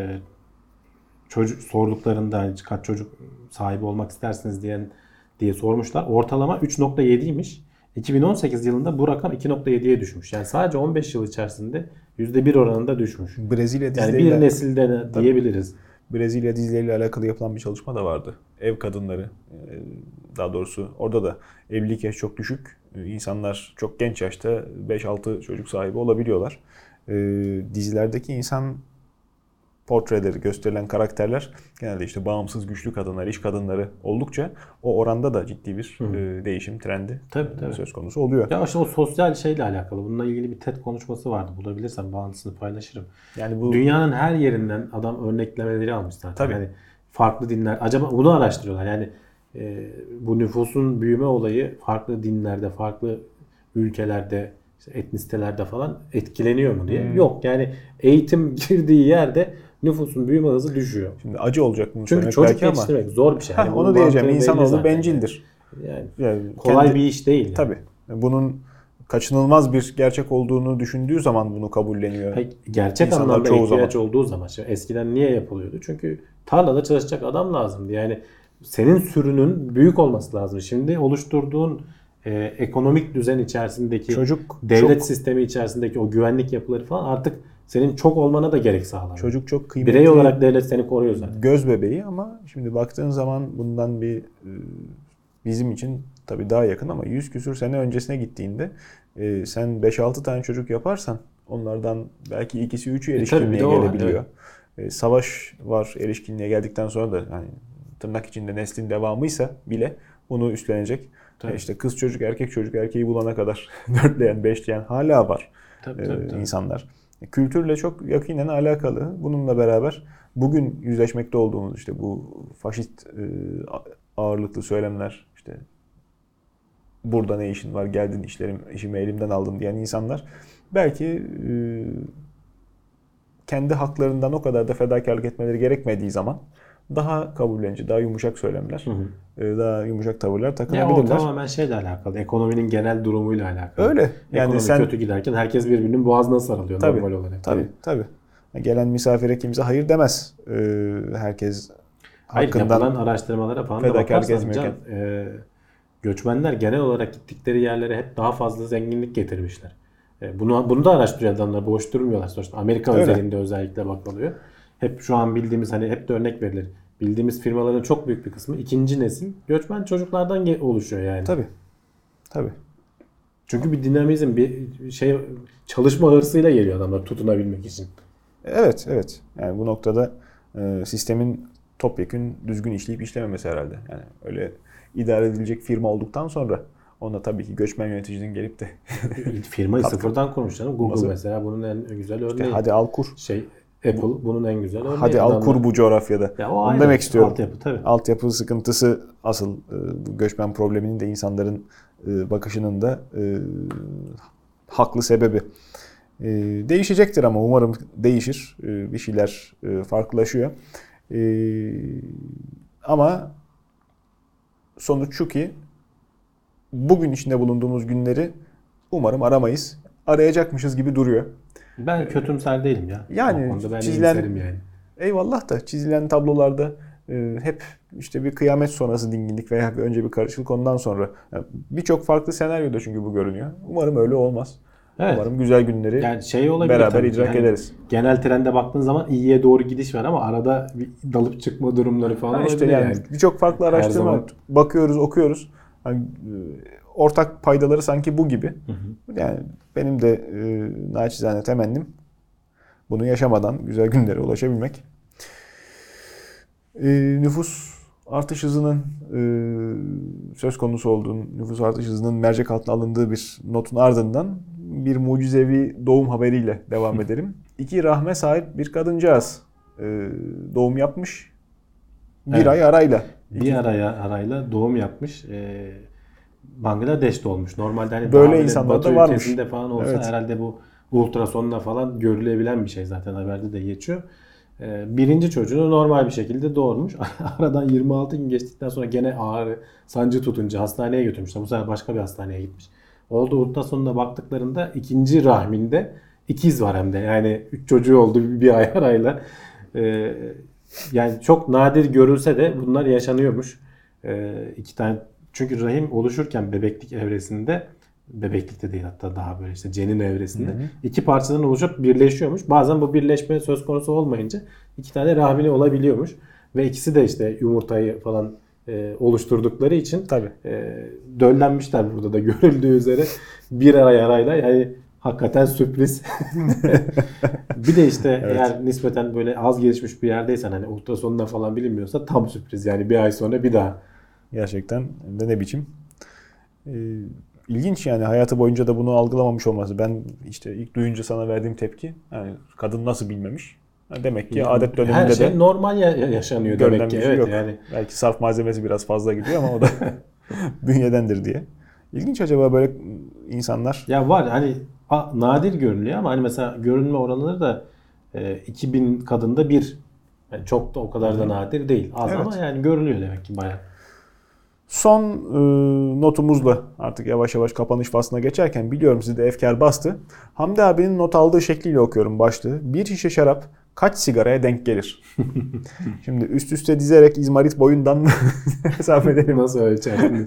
çocuk sorduklarında hani kaç çocuk sahibi olmak istersiniz diye sormuşlar. Ortalama 3.7'ymiş. 2018 yılında bu rakam 2.7'ye düşmüş. Yani sadece 15 yıl içerisinde %1 oranında düşmüş. Brezilya Yani dizileriyle, bir nesilde diyebiliriz. Brezilya dizileriyle alakalı yapılan bir çalışma da vardı. Ev kadınları, daha doğrusu orada da evlilik yaşı çok düşük. İnsanlar çok genç yaşta 5-6 çocuk sahibi olabiliyorlar. Dizilerdeki insan portreleri, gösterilen karakterler genelde işte bağımsız, güçlü kadınlar, iş kadınları oldukça o oranda da ciddi bir değişim trendi Tabii. söz konusu oluyor. Ya işte o sosyal şeyle alakalı. Bununla ilgili bir TED konuşması vardı. Bulabilirsem bağlantısını paylaşırım. Yani bu Dünyanın her yerinden adam örneklemeleri almış zaten. Tabii. Yani farklı dinler. Acaba bunu araştırıyorlar. Yani bu nüfusun büyüme olayı farklı dinlerde, farklı ülkelerde, işte etnisitelerde falan etkileniyor mu diye. Yok. Yani eğitim girdiği yerde nüfusun büyüme hızı düşüyor. şimdi acı olacak bunu Çünkü söylemek çocuk belki ama yetiştirmek zor bir şey. Yani onu bunun diyeceğim. mantığı belli İnsanoğlu zaten bencildir. Yani kolay kendi- bir iş değil. Yani. Tabii. Bunun kaçınılmaz bir gerçek olduğunu düşündüğü zaman bunu kabulleniyor. Gerçek İnsanlar anlamda çoğu ihtiyaç zaman. olduğu zaman. Şimdi eskiden niye yapılıyordu? Çünkü tarlada çalışacak adam lazımdı. Yani senin sürünün büyük olması lazım. Şimdi oluşturduğun ekonomik düzen içerisindeki devlet sistemi içerisindeki o güvenlik yapıları falan artık senin çok olmana da gerek sağlamıyor. Çocuk çok kıymetli. Birey olarak devlet seni koruyor zaten. Göz bebeği ama şimdi baktığın zaman bundan bir bizim için tabii daha yakın ama 100 küsür sene öncesine gittiğinde sen 5-6 tane çocuk yaparsan Onlardan belki ikisi üçü tabii bir erişkinliğe de o var, gelebiliyor. Savaş var, erişkinliğe geldikten sonra da hani tırnak içinde neslin devamıysa bile bunu üstlenecek. Tabii. İşte kız çocuk, erkek çocuk, erkeği bulana kadar dörtleyen, beşleyen hala var Tabii. insanlar. Kültürle çok yakinen alakalı. Bununla beraber bugün yüzleşmekte olduğumuz işte bu faşist ağırlıklı söylemler, işte burada ne işin var, geldin işimi elimden aldın diyen insanlar belki kendi haklarından o kadar da fedakarlık etmeleri gerekmediği zaman daha kabullenici, daha yumuşak söylemler, daha yumuşak tavırlar Ya o takınabilirler. tamamen şeyle alakalı. Ekonominin genel durumuyla alakalı. Öyle. Yani Ekonomi sen kötü giderken herkes birbirinin boğazına sarılıyor normal olarak. Tabii. Gelen misafire kimse hayır demez. Herkes Hayır, hakkından yapılan araştırmalara falan da fedakarlık bakarsan etmiyorken. göçmenler genel olarak gittikleri yerlere hep daha fazla zenginlik getirmişler. Bunu da araştırıyor adamlar. Boş durmuyorlar sonuçta. Amerika Öyle. özelinde özellikle bakılıyor. Hep şu an bildiğimiz, hani hep de örnek verilir. Bildiğimiz firmaların çok büyük bir kısmı ikinci nesil göçmen çocuklardan oluşuyor yani. Tabii. Çünkü bir dinamizm, bir şey, çalışma hırsıyla geliyor adamlar tutunabilmek için. Evet. Yani bu noktada sistemin topyekün düzgün işleyip işlememesi herhalde. Yani öyle idare edilecek firma olduktan sonra ona tabii ki göçmen yöneticinin gelip de Firmayı sıfırdan kurmuşlar. Google mesela bunun en güzel örneği. hadi al kur. Apple bunun en güzel örneği. Hadi al kur bu coğrafyada. Ya o onu ayrı. demek istiyorum. Altyapı tabii. Altyapı sıkıntısı asıl bu göçmen probleminin de insanların bakışının da haklı sebebi. Değişecektir ama umarım değişir. Bir şeyler farklılaşıyor. Ama sonuç şu ki bugün içinde bulunduğumuz günleri umarım aramayız. Arayacakmışız gibi duruyor. Ben kötümser değilim ya. Yani o konuda ben çizilen, iyimserim yani. Eyvallah da çizilen tablolarda hep işte bir kıyamet sonrası dinginlik veya önce bir karışıklık ondan sonra. Yani birçok farklı senaryoda çünkü bu görünüyor. Umarım öyle olmaz. Evet. Umarım güzel günleri Yani beraber idrak ederiz. Genel trende baktığın zaman iyiye doğru gidiş var ama arada bir dalıp çıkma durumları falan olabilir İşte yani birçok farklı araştırma zaman bakıyoruz, okuyoruz. Hani, ortak paydaları sanki bu gibi. Yani benim de naçizane temennim bunu yaşamadan güzel günlere ulaşabilmek. Nüfus artış hızının söz konusu olduğu, nüfus artış hızının mercek altına alındığı bir notun ardından bir mucizevi doğum haberiyle devam edelim. 2 rahme sahip bir kadıncağız doğum yapmış. Bir ay arayla. Bir arayla doğum yapmış. Bangladeş'te olmuş. Normalde hani böyle daha insanlar Batı da varmış. ülkesinde falan olsa Evet. herhalde bu ultrasonla falan görülebilen bir şey, zaten haberde de geçiyor. Birinci çocuğunu normal bir şekilde doğurmuş. Aradan 26 gün geçtikten sonra gene ağrı, sancı tutunca hastaneye götürmüşler. Bu sefer başka bir hastaneye gitmiş. Oldu, ultrasonuna baktıklarında ikinci rahminde ikiz var hem de. Yani 3 çocuğu oldu bir ay arayla. Yani çok nadir görülse de bunlar yaşanıyormuş. 2 tane, çünkü rahim oluşurken bebeklik evresinde, bebeklikte değil hatta daha böyle işte cenin evresinde 2 parçadan oluşup birleşiyormuş. Bazen bu birleşme söz konusu olmayınca 2 tane rahmili olabiliyormuş. Ve ikisi de işte yumurtayı falan oluşturdukları için döllenmişler burada da görüldüğü üzere bir arayla, yani hakikaten sürpriz. Bir de işte eğer nispeten böyle az gelişmiş bir yerdeysen, hani ultrasonunda falan bilinmiyorsa tam sürpriz yani, bir ay sonra bir daha. Gerçekten de ne biçim. İlginç yani, hayatı boyunca da bunu algılamamış olması. Ben işte ilk duyunca sana verdiğim tepki, yani kadın nasıl bilmemiş? Demek ki yani, adet döneminde her şey de normal yaşanıyor demek ki. Evet, yok. yani. Belki sarf malzemesi biraz fazla gidiyor ama o da bünyedendir diye. İlginç, acaba böyle insanlar. Ya var hani nadir görünüyor ama hani mesela görünme oranları da 2000 kadında bir. Yani çok da o kadar da nadir değil. Az ama yani görünüyor demek ki bayağı. Son notumuzla artık yavaş yavaş kapanış faslına geçerken, biliyorum sizi de efkar bastı. Hamdi abinin not aldığı şekliyle okuyorum başlığı. Bir şişe şarap kaç sigaraya denk gelir? Şimdi üst üste dizerek İzmarit boyundan hesap edelim. Nasıl ölçersiniz?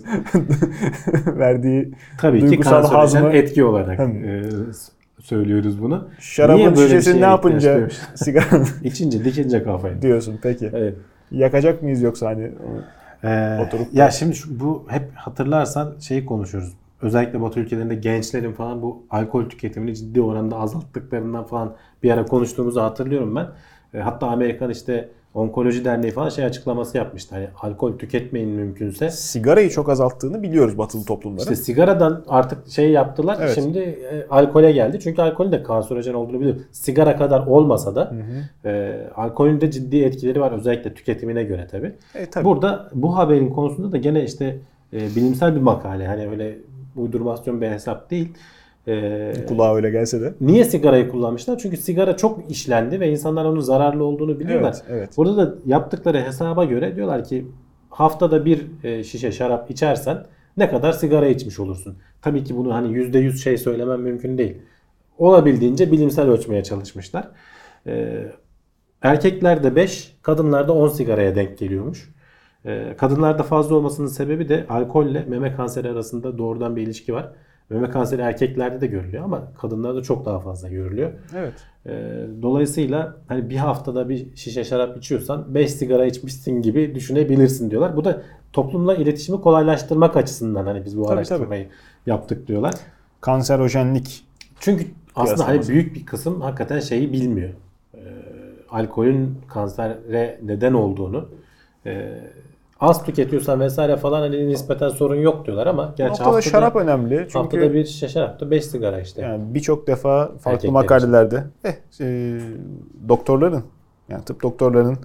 Verdiği tabii ki duygusal hazmı etki olarak söylüyoruz bunu. Şarabın şişesini ne yapınca sigaranın içince dikince kafayı diyorsun peki. Evet. Yakacak mıyız yoksa hani oturup ya şimdi bu hep hatırlarsan şeyi konuşuyoruz. özellikle Batı ülkelerinde gençlerin falan bu alkol tüketimini ciddi oranda azalttıklarından falan bir ara konuştuğumuzu hatırlıyorum ben. Hatta Amerikan işte Onkoloji Derneği falan şey açıklaması yapmıştı. Hani alkol tüketmeyin mümkünse. Sigarayı çok azalttığını biliyoruz batılı toplumların. İşte sigaradan artık şey yaptılar. Evet. Şimdi alkole geldi. Çünkü alkolün de kanserojen olduğunu biliyoruz. Sigara kadar olmasa da alkolün de ciddi etkileri var. Özellikle tüketimine göre tabii. Tabii. Burada bu haberin konusunda da gene işte bilimsel bir makale. Hani öyle uydurmasyon bir hesap değil. Kulağa öyle gelse de. Niye sigarayı kullanmışlar? Çünkü sigara çok işlendi ve insanlar onun zararlı olduğunu biliyorlar. Evet. Burada da yaptıkları hesaba göre diyorlar ki haftada bir şişe şarap içersen ne kadar sigara içmiş olursun. Tabii ki bunu hani %100 şey söylemem mümkün değil. Olabildiğince bilimsel ölçmeye çalışmışlar. Erkeklerde 5, kadınlarda 10 sigaraya denk geliyormuş. Kadınlarda fazla olmasının sebebi de alkolle meme kanseri arasında doğrudan bir ilişki var. Meme kanseri erkeklerde de görülüyor ama kadınlarda çok daha fazla görülüyor. Evet. Dolayısıyla hani bir haftada bir şişe şarap içiyorsan 5 sigara içmişsin gibi düşünebilirsin diyorlar. Bu da toplumla iletişimi kolaylaştırmak açısından hani biz bu araştırmayı yaptık diyorlar. Kanserojenlik. Çünkü aslında hani Kıyaslaması. büyük bir kısım hakikaten şeyi bilmiyor. Alkolün kansere neden olduğunu. Az tüketiyorsan vesaire falan hani nispeten sorun yok diyorlar ama gerçi Haftada şarap önemli. Çünkü haftada bir şişe şarap da 5 sigara işte. yani birçok defa farklı Erkekler makalelerde doktorların, yani tıp doktorlarının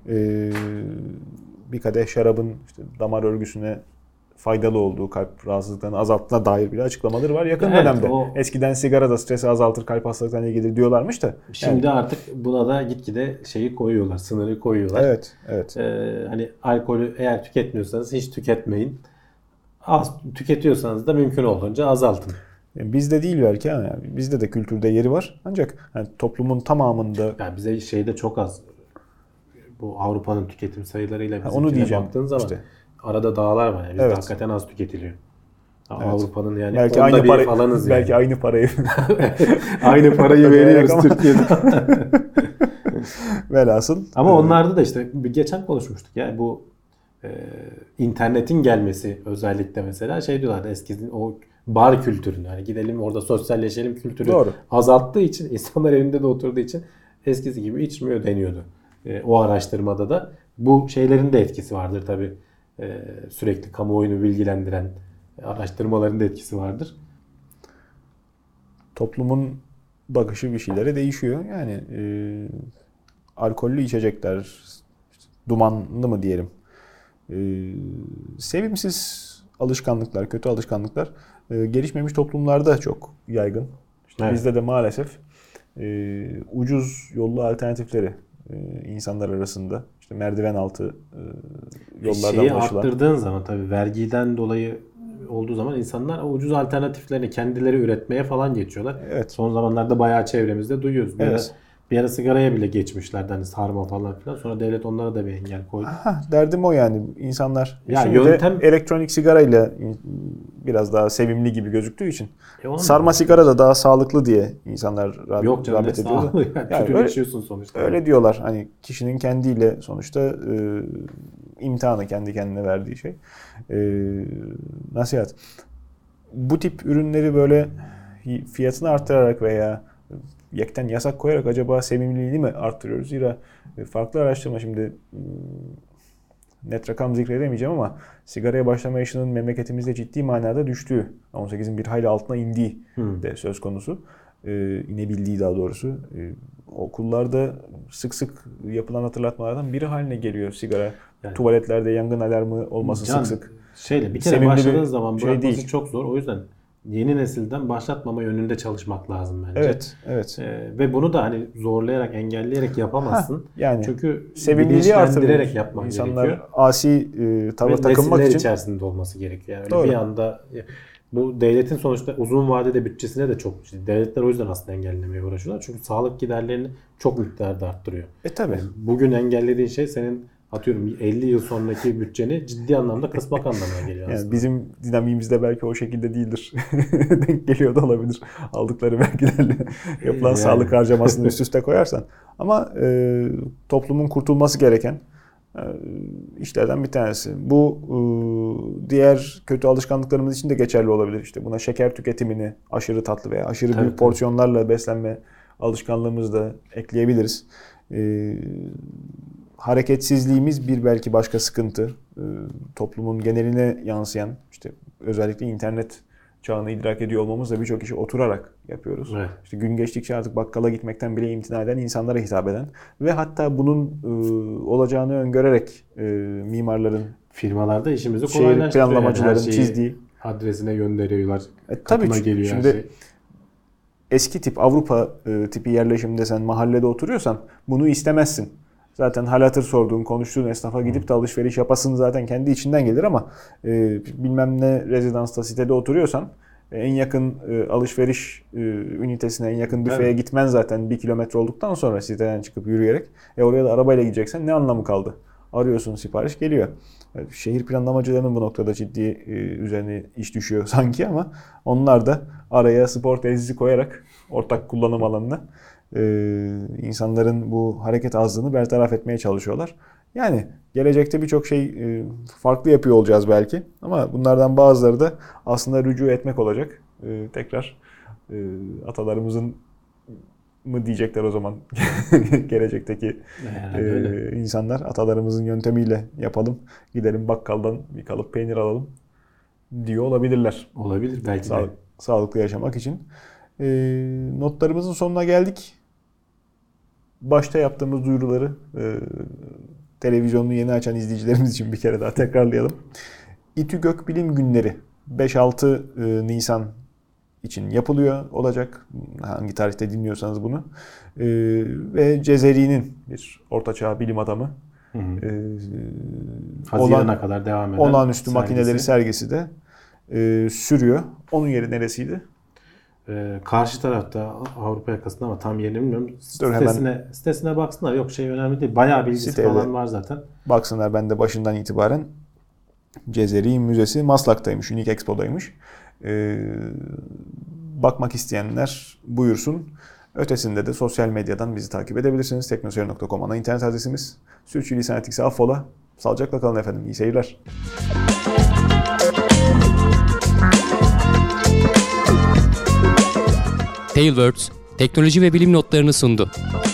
bir kadeh şarabın işte damar örgüsüne faydalı olduğu, kalp rahatsızlıklarını azalttığına dair bile açıklamaları var yakın Evet, dönemde. o- Eskiden sigara da stresi azaltır, kalp hastalıklarına iyi gelir diyorlarmış da. Şimdi artık buna da gitgide şeyi koyuyorlar, sınırı koyuyorlar. Evet. Hani alkolü eğer tüketmiyorsanız hiç tüketmeyin. Az tüketiyorsanız da mümkün olduğunca azaltın. Bizde değil belki ama yani bizde de kültürde yeri var. Ancak yani toplumun tamamında Yani bize şeyde çok az bu Avrupa'nın tüketim sayılarıyla onu bizimkine diyeceğim baktığın zaman işte. arada dağlar var. Yani bizde Evet. hakikaten az tüketiliyor. Evet. Avrupa'nın yani belki onda aynı biri parayı falanız belki yani. aynı parayı Aynı parayı veriyoruz Ama- Türkiye'de. velhasıl. Ama onlarda da işte bir geçen konuşmuştuk. Yani bu internetin gelmesi özellikle mesela şey diyorlardı eskiden o bar kültürünü hani gidelim orada sosyalleşelim kültürü Doğru. azalttığı için insanlar evinde de oturduğu için eskisi gibi içmiyor deniyordu. O araştırmada da bu şeylerin de etkisi vardır tabii. Sürekli kamuoyunu bilgilendiren araştırmaların da etkisi vardır. Toplumun bakışı bir şeylere değişiyor. Yani alkollü içecekler, işte dumanlı mı diyelim, sevimsiz alışkanlıklar, kötü alışkanlıklar gelişmemiş toplumlarda çok yaygın. İşte Evet. bizde de maalesef ucuz yollu alternatifleri insanlar arasında, işte merdiven altı yollardan Şeyi ulaşılan. arttırdığın zaman tabii vergiden dolayı olduğu zaman insanlar o ucuz alternatiflerini kendileri üretmeye falan geçiyorlar. Evet. Son zamanlarda bayağı çevremizde duyuyoruz. Evet. Bir ara sigaraya bile geçmişlerdi hani sarma falan filan. Sonra devlet onlara da bir engel koydu. Derdim o yani. İnsanlar Ya şimdi yöntem- de elektronik sigarayla biraz daha sevimli gibi gözüktüğü için Onun sarma da- sigara da daha sağlıklı diye insanlar Yok canım ne rağbet ediyordu. sağlığı yani, Yani tütünleşiyorsun sonuçta. öyle diyorlar. Hani kişinin kendiyle sonuçta imtihanı kendi kendine verdiği şey. Nasihat. Bu tip ürünleri böyle fiyatını arttırarak veya yekten yasak koyarak acaba sevimliliğini mi arttırıyoruz? Zira farklı araştırma şimdi net rakam zikredemeyeceğim ama sigaraya başlama yaşının memleketimizde ciddi manada düştüğü, 18'in bir hayli altına indiği de söz konusu. İnebildiği daha doğrusu. Okullarda sık sık yapılan hatırlatmalardan biri haline geliyor sigara. Yani- Tuvaletlerde yangın alarmı olması Can, sık sık. Şeyle bir kere Sevimli başladığın bir zaman şey bırakması değil. çok zor. O yüzden yeni nesilden başlatmama yönünde çalışmak lazım bence. Evet. Ve bunu da hani zorlayarak, engelleyerek yapamazsın. Yani Çünkü sevimliliği bilinçlendirerek artırıyoruz. yapman İnsanlar gerekiyor. asi tavır Ve takınmak nesiller için. içerisinde olması gerekiyor. Yani öyle Doğru. bir anda bu devletin sonuçta uzun vadede bütçesine de çok ciddi. Devletler o yüzden aslında engellemeye uğraşıyorlar. Çünkü sağlık giderlerini çok miktarda arttırıyor. Tabii. Yani bugün engellediğin şey senin atıyorum 50 yıl sonraki bütçeni ciddi anlamda kısmak anlamına geliyor aslında. Yani bizim dinamiğimizde belki o şekilde değildir. Denk geliyor da olabilir. Aldıkları vergilerle yapılan Yani. sağlık harcamasını üst üste koyarsan. Ama toplumun kurtulması gereken işlerden bir tanesi. Bu diğer kötü alışkanlıklarımız için de geçerli olabilir. İşte buna şeker tüketimini, aşırı tatlı veya aşırı büyük porsiyonlarla beslenme alışkanlığımızı da ekleyebiliriz. Hareketsizliğimiz bir belki başka sıkıntı. Toplumun geneline yansıyan, işte özellikle internet çağını idrak ediyor olmamızla birçok işi oturarak yapıyoruz. Evet. İşte gün geçtikçe artık bakkala gitmekten bile imtina eden, insanlara hitap eden ve hatta bunun olacağını öngörerek mimarların, Firmalarda işimizi şehir kolaylaştırıyor. planlamacıların Her şeyi çizdiği. adresine gönderiyorlar. Tabii Kapına geliyor şimdi her şey. eski tip Avrupa tipi yerleşimde sen mahallede oturuyorsan bunu istemezsin. Zaten hal hatır sorduğun, konuştuğun esnafa gidip de alışveriş yapasın zaten kendi içinden gelir ama bilmem ne rezidansta, sitede oturuyorsan en yakın alışveriş ünitesine, en yakın büfeye gitmen zaten 1 kilometre olduktan sonra siteden çıkıp yürüyerek. Oraya da arabayla gideceksen ne anlamı kaldı? Arıyorsun, sipariş geliyor. Şehir planlamacılarının bu noktada ciddi üzerine iş düşüyor sanki ama onlar da araya spor tesisi koyarak ortak kullanım alanına insanların bu hareket azlığını bertaraf etmeye çalışıyorlar. Yani gelecekte birçok şey farklı yapıyor olacağız belki ama bunlardan bazıları da aslında rücu etmek olacak. Tekrar atalarımızın mı diyecekler o zaman gelecekteki insanlar, atalarımızın yöntemiyle yapalım, gidelim bakkaldan bir kalıp peynir alalım diyor olabilirler. Olabilir belki de. Sağlıklı yaşamak için. Notlarımızın sonuna geldik. Başta yaptığımız duyuruları televizyonunu yeni açan izleyicilerimiz için bir kere daha tekrarlayalım. İTÜ Gökbilim Günleri 5-6 Nisan için yapılıyor olacak. Hangi tarihte dinliyorsanız bunu. Ve Cezeri'nin bir ortaçağ bilim adamı. Haziran'a kadar devam eden olağanüstü makineleri sergisi de sürüyor. Onun yeri neresiydi? Karşı tarafta Avrupa yakasında ama tam yerini bilmiyorum. Hemen Sitesine baksınlar. Yok önemli değil. Bayağı bilgisi falan var zaten. Baksınlar, ben de başından itibaren Cezeri Müzesi Maslak'taymış. Unique Expo'daymış. Bakmak isteyenler buyursun. Ötesinde de sosyal medyadan bizi takip edebilirsiniz. teknoseyir.com ana internet adresimiz. Sürçülisan ettikse affola. Sağlıcakla kalın efendim. İyi seyirler. Tailwords, teknoloji ve bilim notlarını sundu.